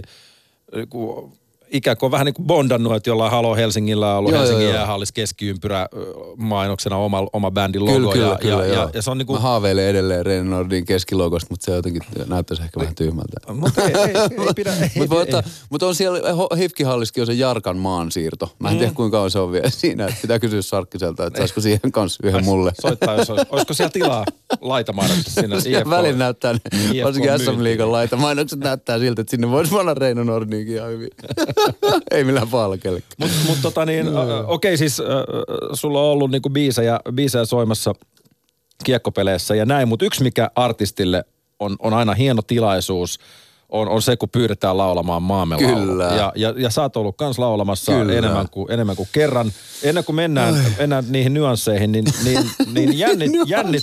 kun, ikään kuin vähän niin kuin bondannut, että jollain Halo Helsingillä on ollut joo, Helsingin jäähallis keskiympyrä mainoksena oma, oma bändin logo. Kyllä, ja, kyllä, ja, ja, ja, ja se on niin kuin... Mä haaveilen edelleen Reine Nordin keskilogosta, mutta se jotenkin näyttäisi ehkä vähän tyhmältä. Mutta ei, ei, ei pidä. Mutta mut on siellä, Hifki-halliskin on se Jarkan maansiirto. Mä en mm. tiedä kuinka kauan se on vielä siinä, että pitää kysyä Sarkkiselta, että saisiko siihen kanssa yhden mulle. Soittaa, jos olisi, olisiko siellä tilaa laitamainokset sinne? Siellä välillä näyttää, varsinkin S M-liigan laitamainokset näyttää siltä, että sinne voisi panna Reine Nordinkin ihan hyvin. Ei millään pahalla kellekään. Mutta mut tota niin, no. okei okay, siis äh, sulla on ollut niinku biisejä, biisejä soimassa kiekkopeleissä ja näin, mutta yksi mikä artistille on, on aina hieno tilaisuus, on, on se, kun pyydetään laulamaan maamme laulu. Ja, ja, ja sä oot ollut kans laulamassa enemmän kuin, enemmän kuin kerran. Ennen kuin mennään, mennään niihin nyansseihin, niin, niin, niin jännit, jännit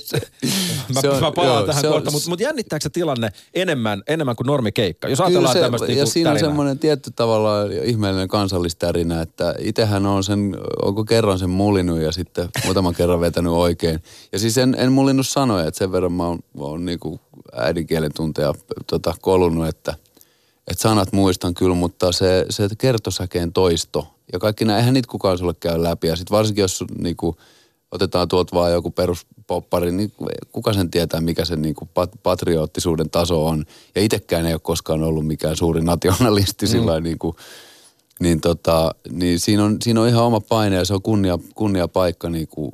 mä, on, mä palaan joo, tähän kohta, mutta mut jännittääkö se tilanne enemmän, enemmän kuin normikeikka? Jos ajatellaan tämmöistä niinku ja siinä tärinää. On semmoinen tietty tavallaan ihmeellinen kansallistärinä, että itsehän on sen, onko kerran sen mulinut ja sitten muutaman kerran vetänyt oikein. Ja siis en, en mulinut sanoja, että sen verran mä oon, oon niinku äidinkielen tunteja tota, kolunut, että, että sanat muistan kyllä, mutta se, se kertosäkeen toisto ja kaikki nämä, eihän niitä kukaan sulle käy läpi. Ja sitten varsinkin, jos niinku, otetaan tuolta vaan joku peruspoppari, niin kuka sen tietää, mikä sen niinku pat, patriottisuuden taso on. Ja itsekään ei ole koskaan ollut mikään suuri nationalisti mm. sillä niinku, niin, tota, niin siinä, on, siinä on ihan oma paine ja se on kunnia, kunnia paikka niinku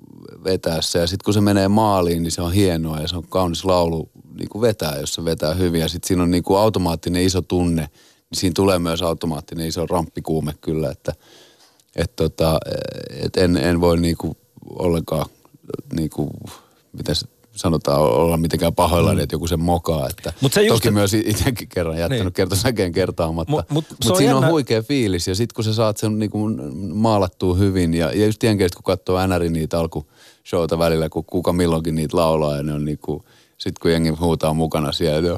vetää se. Ja sitten kun se menee maaliin, niin se on hienoa ja se on kaunis laulu niin kuin vetää, jos se vetää hyvin. Ja sitten siinä on niin kuin automaattinen iso tunne, niin siinä tulee myös automaattinen iso ramppikuume kyllä, että et tota, et en, en voi niin kuin ollenkaan, niin kuin, miten sanotaan, olla mitenkään pahoillani, mm. että joku sen mokaa. Että se toki just, myös itsekin kerran jättänyt niin. kertosäkeen kertaamatta. Mutta mut, mut siinä jännä. On huikea fiilis ja sitten kun sä saat sen niin kuin maalattua hyvin ja, ja just jenkeistä kun katsoo N R:n niitä alkushowta välillä, kun kuka milloinkin niitä laulaa ja ne on niin kuin sitten kun jengi huutaa mukana siellä,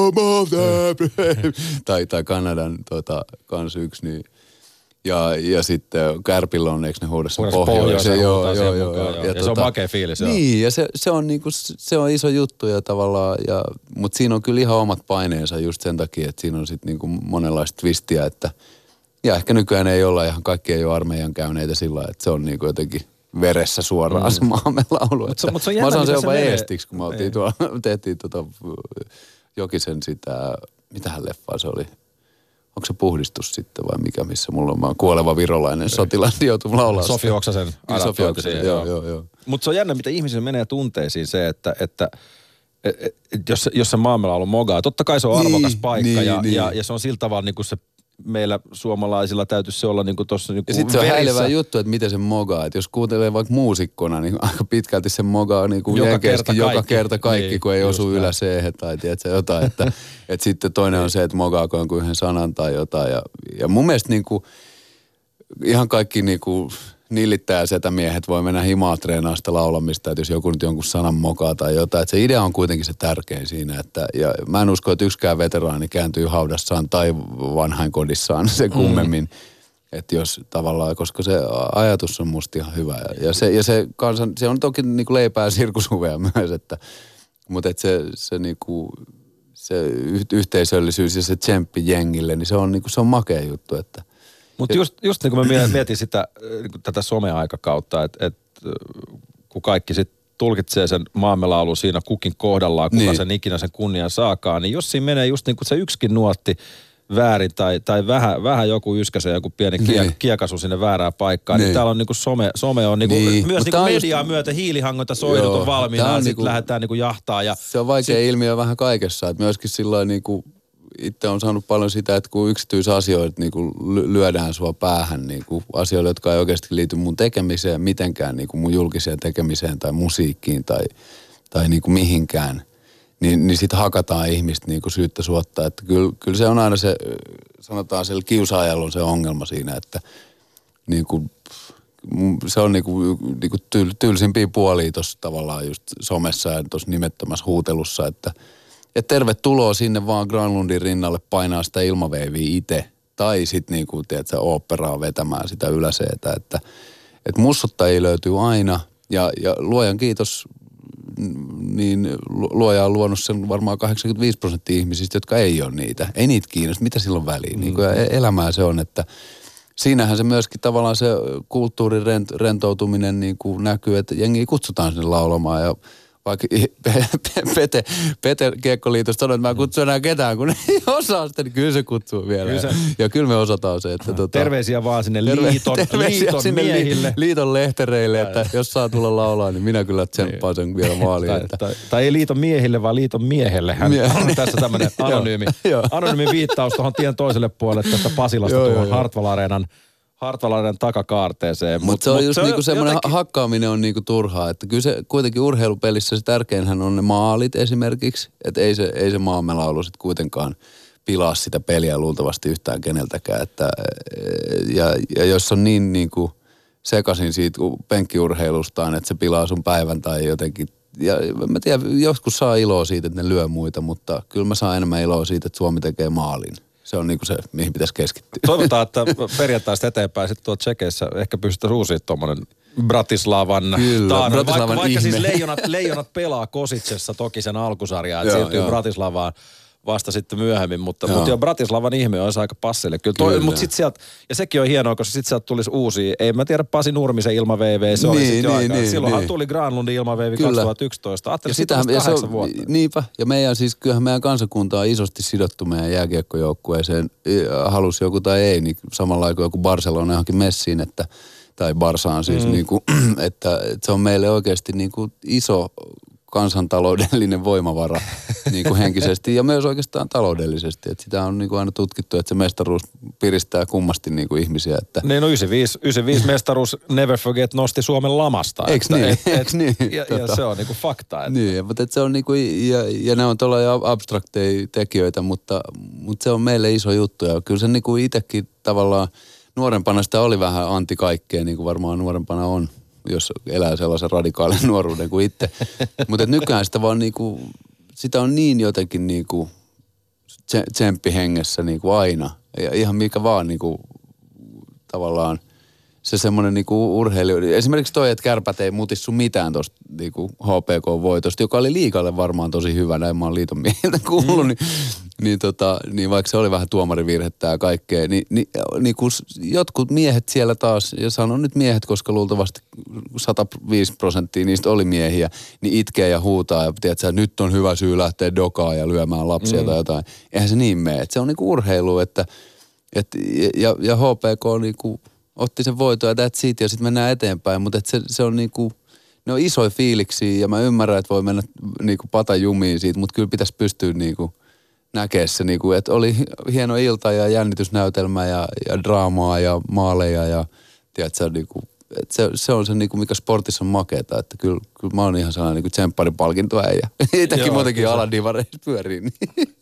tai, tai Kanadan tota, kans yksi, niin ja, ja sitten Kärpillä on, eikö ne huudessa pohjoisen? Joo, joo, joo. joo. Ja, ja tota, se on makea fiilis. Niin, ja se, se, on niinku, se on iso juttu ja tavallaan, ja, mutta siinä on kyllä ihan omat paineensa just sen takia, että siinä on sitten niinku monenlaista twistiä, että ja ehkä nykyään ei olla ihan, kaikki ei ole armeijan käyneitä sillä lailla, että se on niinku jotenkin veressä suoraan mm. se maamelaulu. Mutta mut se on mä jännä, osaan se jopa menee... estiksi, kun me oltiin tuolla, tehtiin tota Jokisen sitä, mitähän leffaa se oli? Onko se puhdistus sitten vai mikä, missä mulla on, mä oon kuoleva virolainen sotilas, niin joutuu laulaa. Sofi Oksasen adaptointi siihen. Joo, joo, joo. Mutta se on jännä, mitä ihmisille menee tunteisiin se, että, että et, et, et, jos, jos se maamelaulu mogaa. Totta kai se on arvokas niin, paikka niin, ja, niin. Ja, ja se on sillä tavalla niin kuin se meillä suomalaisilla täytyisi se olla niin kuin tuossa niin kuin ja sitten se on häilevä juttu, että miten se mogaa. Että jos kuuntelee vaikka muusikkona, niin aika pitkälti se mogaa niin kuin joka, kerta joka kerta kaikki, niin, kun ei osu ylä C tai tiedätkö jotain. Että, että sitten toinen on se, että mogaako jonkun yhden sanan tai jotain. Ja, ja mun mielestä niin kuin, ihan kaikki niin kuin nillittää ja setämiehet voi mennä himaa treenaamaan sitä laulamista, että jos joku nyt jonkun sanan mokaa tai jotain. Että se idea on kuitenkin se tärkein siinä. Että, ja mä en usko, että yksikään veteraani kääntyy haudassaan tai vanhainkodissaan se kummemmin. Mm. Että jos tavallaan, koska se ajatus on musta ihan hyvä. Ja se, ja se, kansan, se on toki niin kuin leipää ja sirkushuveja myös, että, mutta että se, se, niin kuin, se yhteisöllisyys ja se tsemppi jengille, niin se on, niin kuin, se on makea juttu, että mutta just, just niin kuin mä mietin sitä, niin tätä someaikakautta, että, että kun kaikki sitten tulkitsee sen maamelaulun siinä kukin kohdallaan, kuka niin. sen ikinä sen kunnian saakaan, niin jos siinä menee just niin kuin se yksikin nuotti väärin tai, tai vähän, vähän joku yskäsee, joku pieni niin. kie, kiekasu sinne väärään paikkaan, niin, niin täällä on niin kuin some, some on niin kuin, niin. myös niin kuin mediaa just myöten hiilihangoita soidut on valmiina ja sitten niin lähdetään niin kuin jahtaa. Ja se on vaikea sit ilmiö vähän kaikessa, että myöskin silloin niin kuin itse on saanut paljon sitä, että kun yksityisasioita niin kuin lyödään sua päähän, niin kuin asioille, jotka ei oikeasti liity mun tekemiseen mitenkään, niin kuin mun julkiseen tekemiseen tai musiikkiin tai, tai niin kuin mihinkään, niin, niin sitten hakataan ihmistä niin kuin syyttä suottaa. Että kyllä, kyllä se on aina se, sanotaan siellä kiusaajalla on se ongelma siinä, että niin kuin, se on niin kuin, niin kuin tyl, tylsimpiä puolia tuossa tavallaan just somessa ja tuossa nimettömässä huutelussa, että että tervetuloa sinne vaan Granlundin rinnalle painaa sitä ilmaveiviä itse. Tai sitten niinku, tiedätkö, oopperaa vetämään sitä yläseetä. Että, että mussuttajia löytyy aina. Ja, ja luojan kiitos, niin luoja on luonut sen varmaan kahdeksankymmentäviisi prosenttia ihmisistä, jotka ei ole niitä. Ei niitä kiinnosta. Mitä silloin väliin? Mm. Niin kuin elämää se on, että siinähän se myöskin tavallaan se kulttuurin rent, rentoutuminen niin kuin näkyy, että jengiä kutsutaan sinne laulamaan ja vaikka Pete, Pete Kiekkoliitosta sanoi, että mä en kutsu enää ketään, kun ei osaa sitä, niin kyllä se kutsuu vielä. Kyllä se, ja kyllä me osataan se. Että tota, terveisiä vaan sinne terve, liiton, liiton sinne miehille. Liiton lehtereille, että jos saa tulla laulaa, niin minä kyllä tsemppaan sen vielä maaliin. Tai, että. tai, tai ei liiton miehille, vaan liiton miehelle. Hän Mie- on tässä tämmöinen anonyymi, anonyymi viittaus tuohon tien toiselle puolelle tästä Pasilasta tuohon Hartwall-areenan Hartwall-areenan takakaarteeseen. Mutta mut se on mut just se niinku semmoinen jotenkin hakkaaminen on niinku turhaa. Että kyllä se kuitenkin urheilupelissä se tärkeinhän on ne maalit esimerkiksi. Että ei se, ei se maamelaulu sitten kuitenkaan pilaa sitä peliä luultavasti yhtään keneltäkään. Että, ja, ja jos on niin niinku sekaisin siitä penkkiurheilustaan, että se pilaa sun päivän tai jotenkin. Ja mä tiedän, joskus saa iloa siitä, että ne lyö muita, mutta kyllä mä saan enemmän iloa siitä, että Suomi tekee maalin. Se on niinku se, mihin pitäisi keskittyä. Toivotaan, että perjantaista eteenpäin sitten tuolla Tsekeissä ehkä pystytään uusiin tuommoinen Bratislavan taana. Bratislavan vaikka, vaikka siis leijonat, leijonat pelaa Kosicessa toki sen alkusarjaa, että siirtyy joo. Bratislavaan vasta sitten myöhemmin, mutta, mutta jo Bratislavan ihme olisi aika passille. Kyllä, Kyllä. Mutta sitten sieltä, ja sekin on hienoa, koska sitten sieltä tulisi uusia, ei mä tiedä, Pasi Nurmisen ilmaveivi, se niin, oli sitten jo niin, aikaa. Niin, Silloinhan niin. tuli Granlundin ilmaveivi Kyllä. kaksituhattayksitoista. Ajattelin, että se kahdeksan vuotta. Niinpä, ja meidän siis, kyllähän meidän kansakunta on isosti sidottu meidän jääkiekkojoukkueeseen, halusi joku tai ei, niin samalla kuin joku Barcelona johonkin messiin, että tai Barsaan siis, mm. niin kuin, että, että se on meille oikeasti niin kuin iso kansantaloudellinen voimavara niin kuin henkisesti ja myös oikeastaan taloudellisesti. Että sitä on niin kuin aina tutkittu, että se mestaruus piristää kummasti niin kuin ihmisiä. Että niin no yhdeksänkymmentäviisi, yhdeksänkymmentäviisi mestaruus Never Forget nosti Suomen lamasta. Eikö niin? Et, et, Eiks niin? Ja, tota. ja se on niin kuin fakta. Että niin, mutta että se on niin kuin, ja, ja ne on tuolla abstrakteja tekijöitä, mutta, mutta se on meille iso juttu. Ja kyllä se niin kuin itsekin tavallaan nuorempana sitä oli vähän anti kaikkea, niin kuin varmaan nuorempana on, jos elää sellaisen radikaalin nuoruuden kuin itse. Mutta nykyään sitä vaan niinku, sitä on niin jotenkin niinku tsemppihengessä niinku aina. Ja ihan mikä vaan niinku tavallaan se semmoinen niinku urheilijoiden. Esimerkiksi toi, että Kärpät ei mutissu mitään tosta niinku H P K-voitosta, joka oli liikalle varmaan tosi hyvä, näin mä oon liiton miehiltä kuullut. Mm. Niin, niin, tota, niin vaikka se oli vähän tuomarivirhettä ja kaikkea, niin, niin, niin kun jotkut miehet siellä taas, ja sanon nyt miehet, koska luultavasti sata viisi prosenttia niistä oli miehiä, niin itkee ja huutaa ja tiedätkö, että nyt on hyvä syy lähteä dokaan ja lyömään lapsia mm. tai jotain. Eihän se niin mene. Se on niinku urheilu, että et, ja, ja H P K niinku otti sen voiton ja that's it, ja sitten mennään eteenpäin, mutta se, se on niinku, ne on isoja fiiliksiä ja mä ymmärrän, että voi mennä niinku patajumiin siitä, mutta kyllä pitäisi pystyä niinku näkee se, niinku, että oli hieno ilta ja jännitysnäytelmä ja, ja draamaa ja maaleja ja tiedätkö, niinku, että se, se on se, niinku, mikä sportissa on makeeta, että kyllä, kyllä mä oon ihan sellainen niinku tsempparipalkintoäijä. Itsekin muutenkin aladivareissa pyörii. Niin.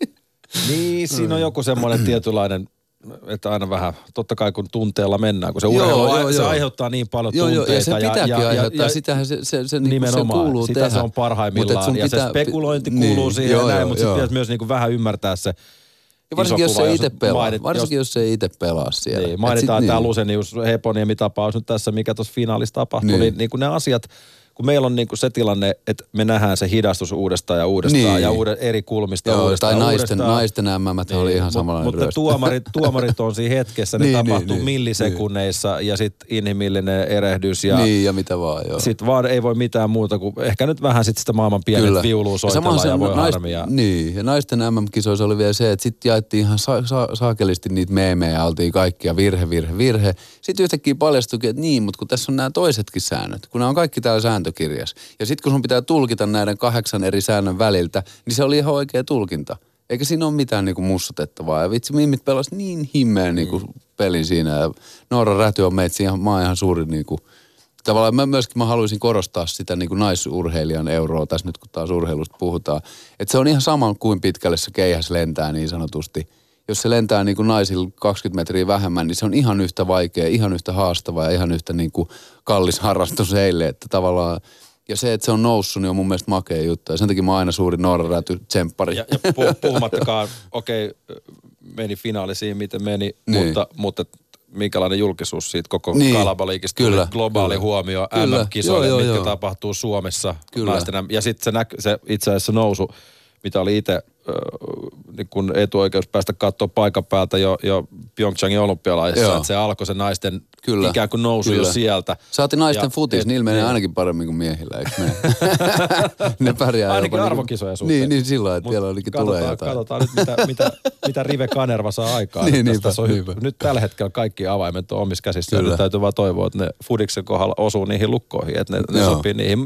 niin, siinä on joku semmoinen tietynlainen, että aina vähän, totta kai kun tunteella mennään, kun se urheilu joo, joo, se joo. aiheuttaa niin paljon joo, tunteita. Joo, ja se pitääkin ja, aiheuttaa, ja, ja sitähän se, se, se, niin se kuuluu sitä tehdä. Se on parhaimmillaan, ja pitää, se spekulointi kuuluu niin, siihen joo, näin, joo, mutta sitten pitäisi myös niinku vähän ymmärtää se ja varsinkin jos se itse pelaa, mainit, varsinkin jos, jos se itse pelaa siellä. Niin, mainitaan tämä niin. Lusenius Heponiemi-tapaus nyt tässä, mikä tuossa finaalissa tapahtui, niin, niin, niin kuin ne asiat, kun meillä on niinku se tilanne, että me nähdään se hidastus uudestaan ja uudestaan niin. ja uuden, eri kulmista joo, uudestaan. Tai naisten, uudestaan. naisten M M niin, oli ihan samanlainen Mutta ryöstö. tuomarit, tuomarit on siinä hetkessä, ne niin, tapahtuu niin, millisekunneissa niin. ja sitten inhimillinen erehdys. Ja niin ja mitä vaan, joo. Sitten vaan ei voi mitään muuta kuin ehkä nyt vähän sit sitä maailman pienet viulua soitella ja, ja voi naist, harmia. Niin, ja naisten M M-kisoissa oli vielä se, että sitten jaettiin ihan sa- sa- saakelisti niitä meemejä, oltiin kaikkia virhe, virhe, virhe. Sitten yhtäkkiä paljastuikin, että niin, mutta kun tässä on nämä toisetkin säännöt, kun nämä on kaikki täällä sääntökirjassa. Ja sitten kun sun pitää tulkita näiden kahdeksan eri säännön väliltä, niin se oli ihan oikea tulkinta. Eikä siinä ole mitään niinku mussutettavaa. Ja vitsi, mimmit pelas niin himmeen niinku mm. pelin siinä. Ja Noora Räty on meitä siihen, mä oon ihan suuri niinku, tavallaan mä myöskin mä haluaisin korostaa sitä niinku naisurheilijan euroa tässä nyt, kun taas urheilusta puhutaan. Että se on ihan sama kuin pitkälle se keihäs lentää niin sanotusti. Jos se lentää niin kuin naisilla kaksikymmentä metriä vähemmän, niin se on ihan yhtä vaikea, ihan yhtä haastava ja ihan yhtä niin kuin kallis harrastus heille, että tavallaan. Ja se, että se on noussut, niin on mun mielestä makea juttu. Ja sen takia mä oon aina suuri Noora Räty tsemppari. Ja, ja puhumattakaan, okei, okay, meni finaalisiin, miten meni, niin. mutta, mutta minkälainen julkisuus siitä koko niin. kalabaliikista tuli, globaali kyllä. huomio M M-kisoille, joo, joo, mitkä joo. tapahtuu Suomessa. Naisten, ja sitten se, näk, se itse asiassa nousu, mitä oli itse, niin kun etuoikeus päästä katsoa paikan päältä jo, jo Pyeongchangin olympialaisissa, että se alkoi se naisten kyllä. ikään kuin nousu kyllä. jo sieltä. Saati naisten ja, futis, niillä menee ainakin paremmin kuin miehillä, eikö ne? ne pärjää ainakin jopa arvokisoja suhteen. Niin, niin sillä lailla, että vielä olikin tulee jotain. Katsotaan nyt, mitä, mitä, mitä Rive Kanerva saa aikaan. niin, niinpä, on niinpä. Nyt tällä hetkellä kaikki avaimet on omissa käsissä. Nyt täytyy vaan toivoa, että ne Fudiksen kohdalla osuu niihin lukkoihin, että ne, ne sopii niihin.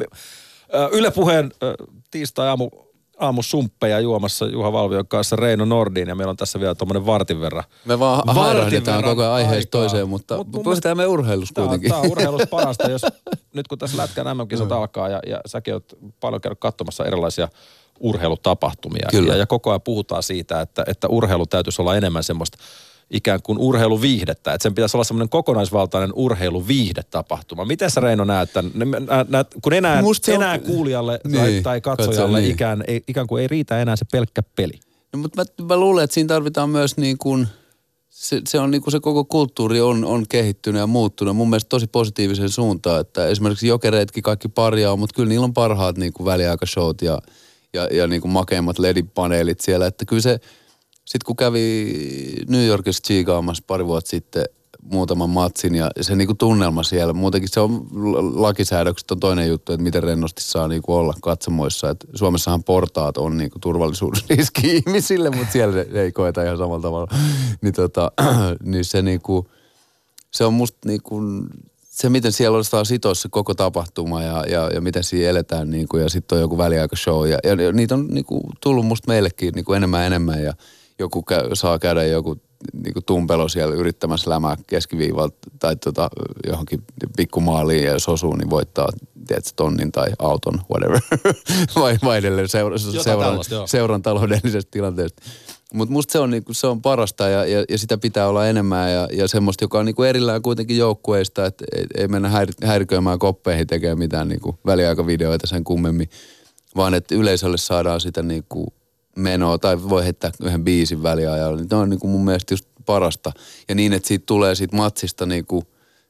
Yle Puheen tiistai-aamu aamussumppeja juomassa Juha Valvion kanssa Reino Nordin ja meillä on tässä vielä tuommoinen vartin verran. Me vaan hairahdetaan koko ajan aiheesta toiseen, mutta Mut, pystytään me urheilussa kuitenkin. Tämä on urheilussa parasta, jos nyt kun tässä Lätkän M M-kisat alkaa ja, ja säkin oot paljon käynyt katsomassa erilaisia urheilutapahtumia. Ja, ja koko ajan puhutaan siitä, että, että urheilu täytyisi olla enemmän semmoista ikään kuin urheiluviihdettä, että sen pitäisi olla semmoinen kokonaisvaltainen urheiluviihdetapahtuma. Miten sä Reino näet tämän, näet, kun enää, enää on kuulijalle niin, tai, tai katsojalle niin. ikään, ei, ikään kuin ei riitä enää se pelkkä peli? No, mutta mä, mä luulen, että siinä tarvitaan myös niin kuin, se, se on niin kuin se koko kulttuuri on, on kehittynyt ja muuttunut. Mun mielestä tosi positiiviseen suuntaan, että esimerkiksi jokereetkin kaikki parjaa, mutta kyllä niillä on parhaat niin kuin väliaikashowt ja, ja, ja niin kuin makeimmat L E D-paneelit siellä, että kyllä se sitten kun kävi New Yorkissa chiikaamassa pari vuotta sitten muutaman matsin ja se niinku tunnelma siellä, muutenkin se on, lakisäädökset on toinen juttu, että miten rennosti saa niinku olla katsomoissa. Et Suomessahan portaat on niinku turvallisuusriski ihmisille, mutta siellä ei koeta ihan samalla tavalla. Niin, tota, niin se niinku, se on musta niinku, se miten siellä on sitoa se koko tapahtuma ja, ja, ja miten siinä eletään niinku, ja sitten on joku väliaikashow ja, ja niitä on niinku tullut musta meillekin niinku enemmän ja enemmän ja joku käy, saa käydä joku niinku tumpelo siellä yrittämässä lämää keskiviivalta tai tota, johonkin pikkumaaliin ja jos osuu, niin voittaa tiedätkö, tonnin tai auton, whatever, vai vaihdelleen seura, seuran, seuran taloudellisesta tilanteesta. Mutta musta se on, niinku, se on parasta ja, ja, ja sitä pitää olla enemmän ja, ja semmoista, joka on niinku erillään kuitenkin joukkueista, että ei, ei mennä häir, häiriköimään koppeihin tekemään mitään niinku väliaikavideoita sen kummemmin, vaan että yleisölle saadaan sitä niinku menoa tai voi heittää yhden biisin väliajalla. Niin ne on niinku mun mielestä just parasta. Ja niin, että siitä tulee siitä matsista niinku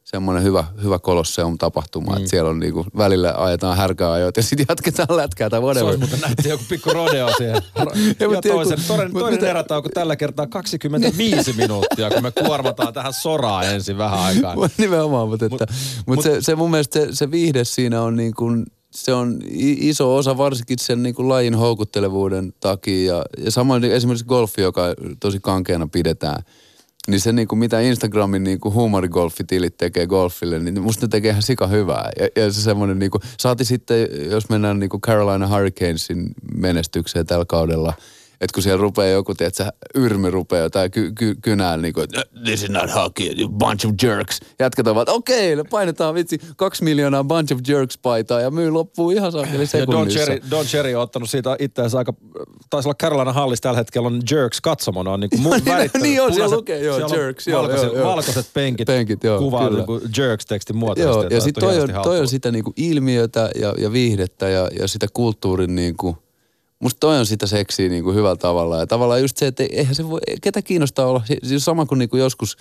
semmoinen hyvä, hyvä kolosseum-tapahtuma, mm. että siellä on niinku, välillä ajetaan härkäajoita ja sitten jatketaan lätkää tai whatever. Se olisi muuten näytti joku pikku rodeo siihen. ja, ja toisen, toinen, toinen erätauko tällä kertaa kaksikymmentäviisi minuuttia, kun me kuormataan tähän soraan ensin vähän aikaa. Nimenomaan, mutta, että, mut, mutta se, se mun mielestä se, se viihde siinä on niin kuin, se on iso osa varsinkin sen niin kuin lajin houkuttelevuuden takia ja, ja samoin esimerkiksi golfi, joka tosi kankeana pidetään. Niin se niinku, mitä Instagramin niinku huumorigolfitilit tekee golfille, niin musta ne tekee ihan sika hyvää. Ja, ja se semmoinen niinku, saati sitten, jos mennään niinku Carolina Hurricanesin menestykseen tällä kaudella, että kun siellä rupeaa joku, tiedätkö, yrmi rupeaa tai ky, ky, kynään niinku, this is not hockey, you bunch of jerks. Jätkät ovat, okei, okay, painetaan vitsi kaksi miljoonaa bunch of jerks paitaa ja myy loppuu ihan saakeli sekunnissa. Ja Don Cherry, Don Cherry on ottanut siitä itseänsä aika, taisi olla Carolina Hallissa tällä hetkellä on jerks katsomona, on niinku mun värittänyt. Niin on, siellä lukee, joo, jerks. Joo, valkoiset, joo, valkoiset penkit, penkit joo, kuvaa niinku jerks-tekstin muotoisesti. Joo, ja sitten toi, on, toi on sitä niinku ilmiötä ja, ja viihdettä ja, ja sitä kulttuurin niinku, musta toi on sitä seksiä niinku hyvällä tavalla. Ja tavallaan just se, että eihän se voi, ketä kiinnostaa olla, siis sama kuin niinku joskus,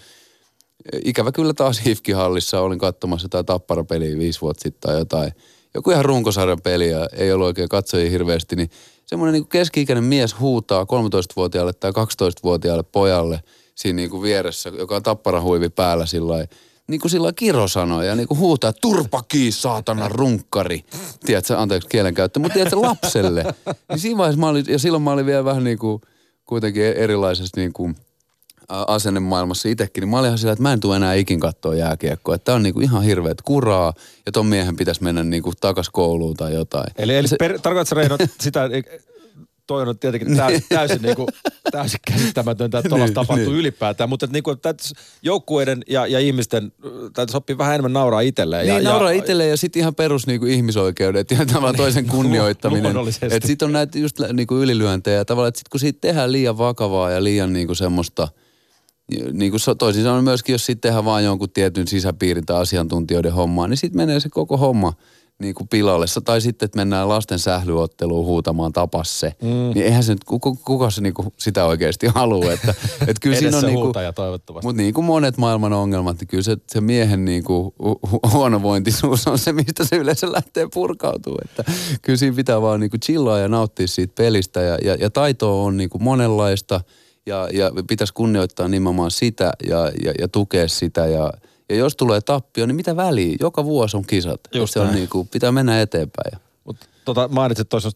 ikävä kyllä taas H I F K-hallissa olin katsomassa jotain Tappara-peliä viisi vuotta sitten tai jotain. Joku ihan runkosarjan peli ja ei ollut oikein katsojia hirveästi, niin semmoinen niinku keski-ikäinen mies huutaa kolmetoistavuotiaalle tai kaksitoistavuotiaalle pojalle siinä niinku vieressä, joka on tapparahuivi päällä sillain. Niin kuin sillä kirosanoja, niin kuin huutaa, turpakii saatana runkkari. Tiedätkö, anteeksi kielenkäyttö, mutta tiedätkö lapselle. Niin siinä vaiheessa mä olin, ja silloin mä olin vielä vähän niin kuin kuitenkin erilaisessa niin kuin asennemaailmassa itsekin. Niin mä olin ihan sillä, että mä en tule enää ikin katsoa jääkiekkoa. Että tää on niin kuin ihan hirveät kuraa ja ton miehen pitäisi mennä niin kuin takas kouluun tai jotain. Eli, eli se, per, tarkoitatko Reino sitä... Toi on tietenkin täysin, täysin, niin kuin, täysin käsittämätöntä, että tuollaista niin, tapahtuu niin. ylipäätään. Mutta niin kuin, joukkueiden ja, ja ihmisten täytyisi oppia vähän enemmän nauraa itselleen. Niin, ja, nauraa ja, itselleen ja sitten ihan perus niin kuin ihmisoikeudet ja tavallaan niin, toisen kunnioittaminen. Että sitten on näitä just niin kuin ylilyöntejä. Tavallaan, että sitten kun siitä tehdään liian vakavaa ja liian niin kuin semmoista, niin kuin toisin sanoen myöskin, jos sitten tehdään vaan jonkun tietyn sisäpiirin tai asiantuntijoiden hommaa, niin sitten menee se koko homma niin kuin pilalle. Tai sitten, että mennään lasten sählyotteluun huutamaan tapas se. Mm. Niin eihän se nyt, kuka, kuka se niin kuin sitä oikeasti haluaa. Että, että kyllä siinä on se niin kuin, huutaja toivottavasti. mutta niin kuin monet maailman ongelmat, niin kyllä se, se miehen niin kuin hu- huonovointisuus on se, mistä se yleensä lähtee purkautumaan. Että kyllä siinä pitää vaan niin kuin chillaa ja nauttia siitä pelistä. Ja, ja, ja taitoa on niin kuin monenlaista ja, ja pitäisi kunnioittaa nimenomaan sitä ja, ja, ja tukea sitä ja Ja jos tulee tappio, niin mitä väliä? Joka vuosi on kisat. Just se on niin kuin, pitää mennä eteenpäin. Mutta tota, mainitsit tuossa,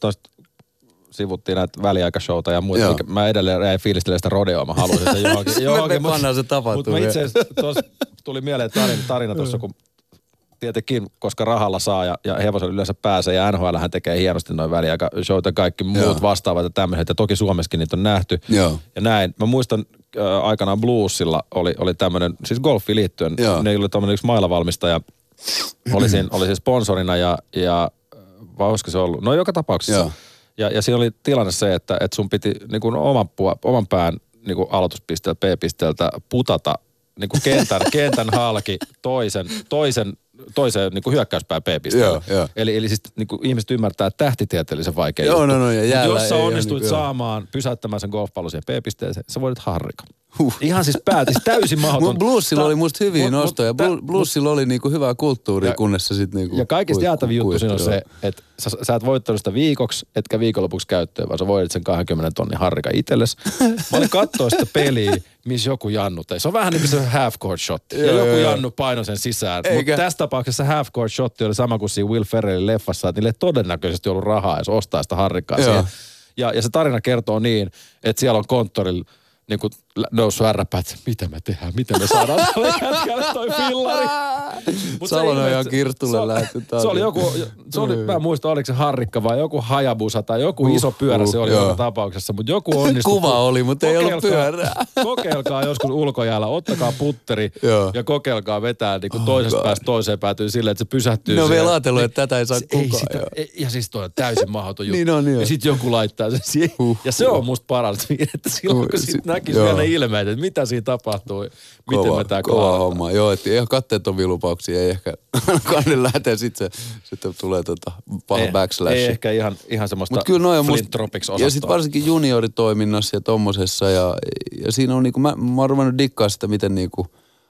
sivuttiin näitä väliaikashowta ja muuta. Mä edelleen jäin fiilistelemään sitä rodeoa. Mä haluaisin sitä johonkin. johonkin me pannaan se tapahtuu. Mutta itse asiassa tuossa tuli mieleen tarina, tarina tuossa, kun tietenkin, koska rahalla saa ja, ja hevosella yleensä pääsee. Ja N H L:hän tekee hienosti noin väliaikashowta ja kaikki muut Joo. vastaavat ja tämmöiset. Ja toki Suomessakin niitä on nähty. Joo. Ja näin. Mä muistan, äh, aikanaan Bluesilla oli, oli tämmöinen, siis golfiin liittyen, Joo. ne oli tämmöinen yksi mailavalmistaja, oli siinä, oli siinä sponsorina ja, ja vai olisiko se ollut? No joka tapauksessa. Joo. Ja, ja siinä oli tilanne se, että, että sun piti niin kuin oman, pua, oman pään niin kuin aloituspisteeltä, P-pisteeltä putata niin kuin kentän, kentän halki toisen, toisen toiseen niin kuin hyökkäyspää P-pisteellä. Eli, eli siis niin kuin ihmiset ymmärtää, että tähtitieteellisen vaikea Joo, juttu. no, no, ja jäällä jos sä onnistuit niin, saamaan, pysäyttämään sen golfpallon siihen P-pisteeseen, sä voidit harrika. Huh. Ihan siis päätis täysin mahdoton. Bluesilla oli musta hyviä nostoja. Bluesilla oli niinku hyvää kulttuuria, ja, kunnes se sitten niinku... Ja kaikista jäätävin juttu siinä on se, että sä, sä et voittanut sitä viikoksi, etkä viikonlopuksi käyttöön, vaan sä voitit sen kaksikymmentä tonnin harrika itsellesi. Mä olin kattoo sitä peliä, missä joku jannu tei. Se on vähän niin kuin se half court shot. Ja joo, joku joo. jannu painoi sen sisään. Mutta tässä tapauksessa half court shot oli sama kuin siinä Will Ferrellin leffassa, että niille ei todennäköisesti ollut rahaa edes ostaa sitä harrikaa siihen. Ja, ja se tarina kertoo niin, että siellä on konttorilla niin kuin noussut ärräpää, että mitä me tehdään, miten me saadaan tälle jätkälle toi fillari. Salonojan Kirstulle lähti. Se oli joku, se oli, mä en muista, oliko se harrikka vai joku Hayabusa tai joku uh, iso pyörä uh, se oli joka tapauksessa, mutta joku onnistui. Kuva oli, mutta ei ollut pyörää. Kokeilkaa joskus ulkojäällä, ottakaa putteri ja kokeilkaa vetää niin kuin toisesta oh, päästä toiseen päätyy silleen, että se pysähtyy. No vielä ajatellut, että tätä ei saa kukaan. Ja siis toi on täysin mahdoton juttu. Niin on, niin on. Ja sit joku laittaa sen siihen. Ja se on musta paras, että silloin kun sit näkisi vielä ne ilmeet, että mitä siinä tapahtuu, miten kova, me tää kova homma. Joo, että ihan katteeton vilupauksia, ei ehkä kannen lähteä, sitten sit tulee tota paha ei, backslash. Ei ehkä ihan, ihan semmoista Flint Tropics-osastoa. Ja sitten varsinkin junioritoiminnassa ja tommosessa, ja, ja siinä on niinku, mä, mä oon ruvennut dikkaa sitä, miten niinku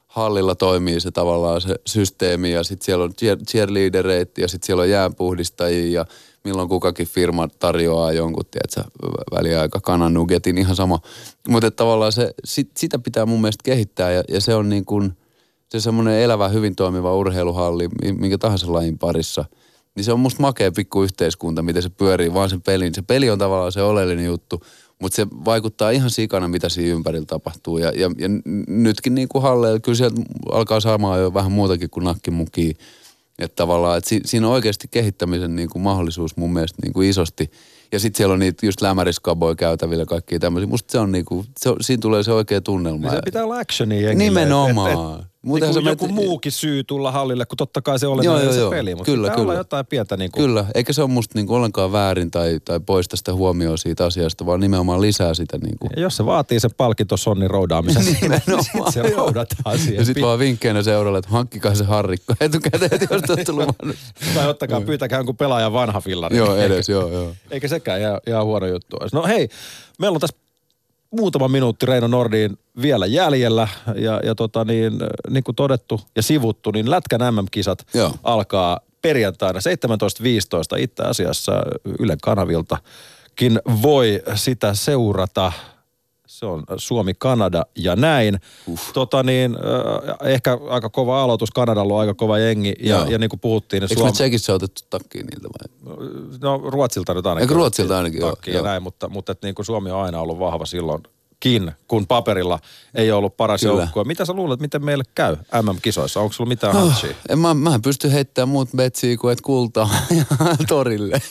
hallilla toimii se tavallaan se systeemi ja sitten siellä on cheerleadereita ja sitten siellä on jäänpuhdistajia ja milloin kukakin firma tarjoaa jonkun, tiedätkö, väliaika kananugetin, ihan sama. Mutta tavallaan se, sit, sitä pitää mun mielestä kehittää ja, ja se on niin kuin se semmoinen elävä, hyvin toimiva urheiluhalli, minkä tahansa lajin parissa. Niin se on musta makea pikku yhteiskunta, miten se pyörii, vaan sen pelin. Se peli on tavallaan se oleellinen juttu, mutta se vaikuttaa ihan sikana, mitä siinä ympärillä tapahtuu. Ja, ja, ja nytkin niin kuin halleilla, kyllä sieltä alkaa saamaan jo vähän muutakin kuin nakkimukia. Että tavallaan, että si, siinä on oikeasti kehittämisen niin kuin mahdollisuus mun mielestä niin kuin isosti. Ja sitten siellä on niitä just lämäriskaboja käytävillä ja kaikkia tämmöisiä. Musta se on niinku, se, siinä tulee se oikea tunnelma. Niin se pitää olla actionia jengille. Nimenomaan. Et, et, niin se joku met... muukin syy tulla hallille, kun totta kai se olennainen se peli. Mutta kyllä, pitää kyllä. olla jotain pientä niinku. Kyllä, eikä se ole musta niinku ollenkaan väärin tai, tai poista sitä huomioon siitä asiasta, vaan nimenomaan lisää sitä niinku. Ja jos se vaatii sen palkintosonnin roudaamisen, niin sitten se roudataan siihen. Ja sitten vaan vinkkeinä seuralle, että hankkikaa se harrikko etukäteen, jos te olette luvannut. Tai ottakaa, pyytäkää jonkun pelaajan vanha fillari. Joo, edes, joo, joo. Eikä sekään ihan, ihan huono juttu olisi. No hei, meillä on tässä muutama minuutti Reino Nordiin vielä jäljellä. Ja, ja tota niin, niin kuin todettu ja sivuttu, niin Lätkän äm äm-kisat Joo. alkaa perjantaina seitsemäntoista viisitoista. Itse asiassa Ylen kanaviltakin voi sitä seurata. Se on Suomi-Kanada ja näin. Uh. Tota niin, äh, ehkä aika kova aloitus. Kanadalla on aika kova jengi. Ja, ja niin kuin puhuttiin... Eikö Suom... me Tsekissä otettu takkiin niiltä vai? No Ruotsilta nyt ainakin. Eikö Ruotsilta ainakin, joo. Ja näin, mutta, mutta et niin kuin Suomi on aina ollut vahva silloinkin, kun paperilla ei ollut paras joukkue. Mitä sä luulet, miten meille käy äm äm-kisoissa? Onko sulla mitään oh, hatsia? En mä, mä en pysty heittämään muut betsiä kuin et kultaa torille.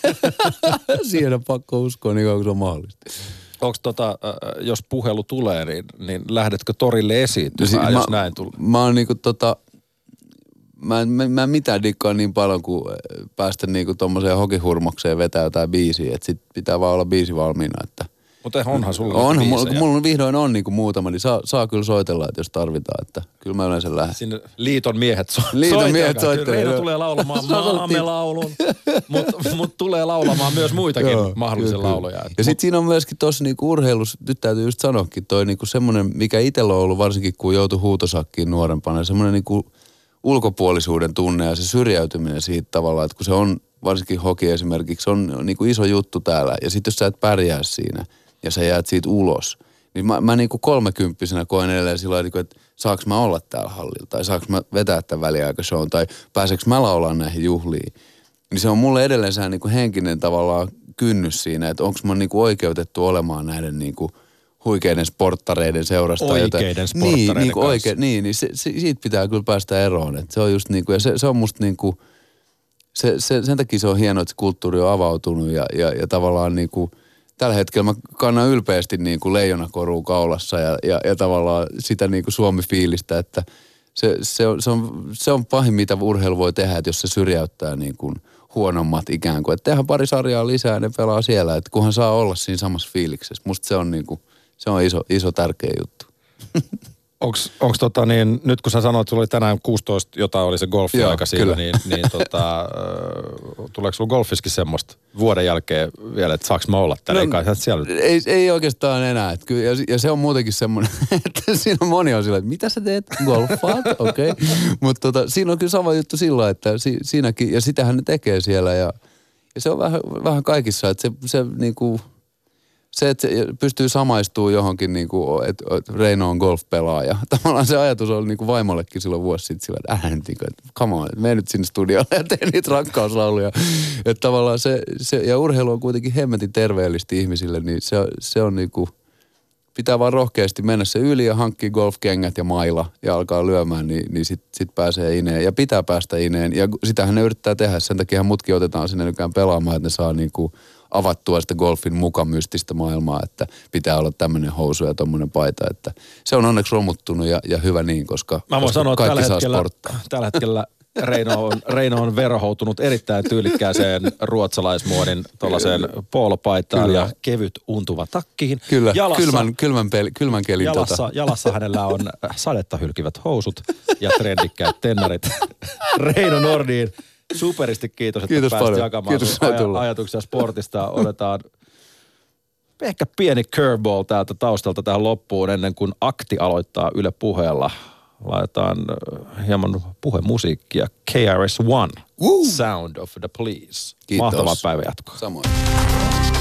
Siihen on pakko uskoa niin kauan kuin se on mahdollista. Onko tota, jos puhelu tulee, niin, niin lähdetkö torille esiintymään, no, jos mä, näin tulee? Mä oon niinku tota, mä en, mä, mä en mitään dikkaa niin paljon kuin päästä niinku tommoseen hokihurmokseen vetää jotain biisiä, että sit pitää vaan olla biisi valmiina, että... Mutta onhan sulla onhan, mulla, mulla vihdoin on niinku muutama, niin saa, saa kyllä soitella, että jos tarvitaan, että kyllä mä yleensä lähden. Sinne liiton miehet so- Liiton miehet soittelee. Reino tulee laulamaan maamme laulun, mutta mut tulee laulamaan myös muitakin joo, mahdollisia kyllä, lauluja. Ja mut... sitten siinä on myöskin tossa niinku urheilussa, nyt täytyy just sanoakin, toi niinku semmoinen, mikä itsellä on ollut varsinkin kun joutui huutosakkiin nuorempana, semmoinen niinku ulkopuolisuuden tunne ja se syrjäytyminen siitä tavallaan, että kun se on, varsinkin hoki esimerkiksi, on niinku iso juttu täällä ja sitten jos sä et pärjää siinä, ja sä jäät siitä ulos. Niin mä, mä niin kuin kolmekymppisenä koen edelleen sillä lailla, että saaks mä olla täällä hallilla, tai saaks mä vetää tämän väliaikashown, tai pääseekö mä laulaan näihin juhliin. Niin se on mulle edelleen sehän niin kuin henkinen tavallaan kynnys siinä, että onko mä niin kuin oikeutettu olemaan näiden niin kuin huikeiden sporttareiden seurasta. Oikeiden sporttareiden niin, niin, kanssa. Oikein, niin, niin se, se, siitä pitää kyllä päästä eroon. Että se on just niin kuin, ja se, se on musta niin kuin, se, se, sen takia se on hienoa, että se kulttuuri on avautunut ja, ja, ja tavallaan niin kuin, tällä hetkellä mä kannan ylpeästi niin kuin leijonakorua kaulassa ja, ja, ja tavallaan sitä niin kuin Suomi-fiilistä, että se, se, on, se, on, se on pahin, mitä urheilu voi tehdä, että jos se syrjäyttää niin kuin huonommat ikään kuin. Että tehdään pari sarjaa lisää ja ne pelaa siellä, että kunhan saa olla siinä samassa fiiliksessä. Musta se on, niin kuin, se on iso, iso tärkeä juttu. Onko tota niin, nyt kun sä sanoit, että sulla oli tänään kuusitoista, jota oli se golfi-aika siinä, niin, niin tota, äh, tuleeko sulla golfiskin semmoista vuoden jälkeen vielä, että saaks mä olla täällä? No, ei, siellä... ei, ei oikeastaan enää. Et kyllä, ja, ja se on muutenkin semmoinen, että siinä on moni on sillä, että mitä sä teet? Golfaat? Okei. Okay. Mutta tota, siinä on kyllä sama juttu sillä, että si, siinäkin, ja sitähän ne tekee siellä. Ja, ja se on vähän, vähän kaikissa, että se, se niinku... Se, että se pystyy samaistumaan johonkin, niin kuin, että Reino on golf-pelaaja. Tavallaan se ajatus oli niin kuin vaimollekin silloin vuosi sitten sillä, että älä nyt, että come on, mene nyt sinne studiolle ja tee niitä rakkauslauluja. Että tavallaan se, se, ja urheilu on kuitenkin hemmetin terveellistä ihmisille, niin se, se on niin kuin, pitää vaan rohkeasti mennä se yli ja hankkia golfkengät ja maila ja alkaa lyömään, niin, niin sit, sit pääsee ineen. Ja pitää päästä ineen. Ja sitähän ne yrittää tehdä, sen takia mutkin otetaan sinne nykään pelaamaan, että ne saa niin kuin avattua sitä golfin muka mystistä maailmaa, että pitää olla tämmöinen housu ja tommoinen paita, että se on onneksi romuttunut ja, ja hyvä niin, koska, Mä voin koska sanoa, kaikki tällä saa hetkellä, sporttaa. Tällä hetkellä Reino on, Reino on verhoutunut erittäin tyylikkääseen ruotsalaismuodin tuollaiseen poolopaitaan Kyllä. ja kevyt untuva takkiin. Kyllä, jalassa, kylmän, kylmän, peli, kylmän kelin jalassa, tota. jalassa hänellä on sadetta hylkivät housut ja trendikkäät tennarit. Reino Nordiin. Superisti kiitos, että kiitos pääsit paljon. jakamaan kiitos, aj- ajatuksia sportista. Otetaan ehkä pieni curveball täältä taustalta tähän loppuun ennen kuin akti aloittaa Yle Puheella laitetaan hieman puhemusiikkia. K R S One, uh. Sound of the Police. Kiitos. Mahtavaa päivänjatkoa. Samoin.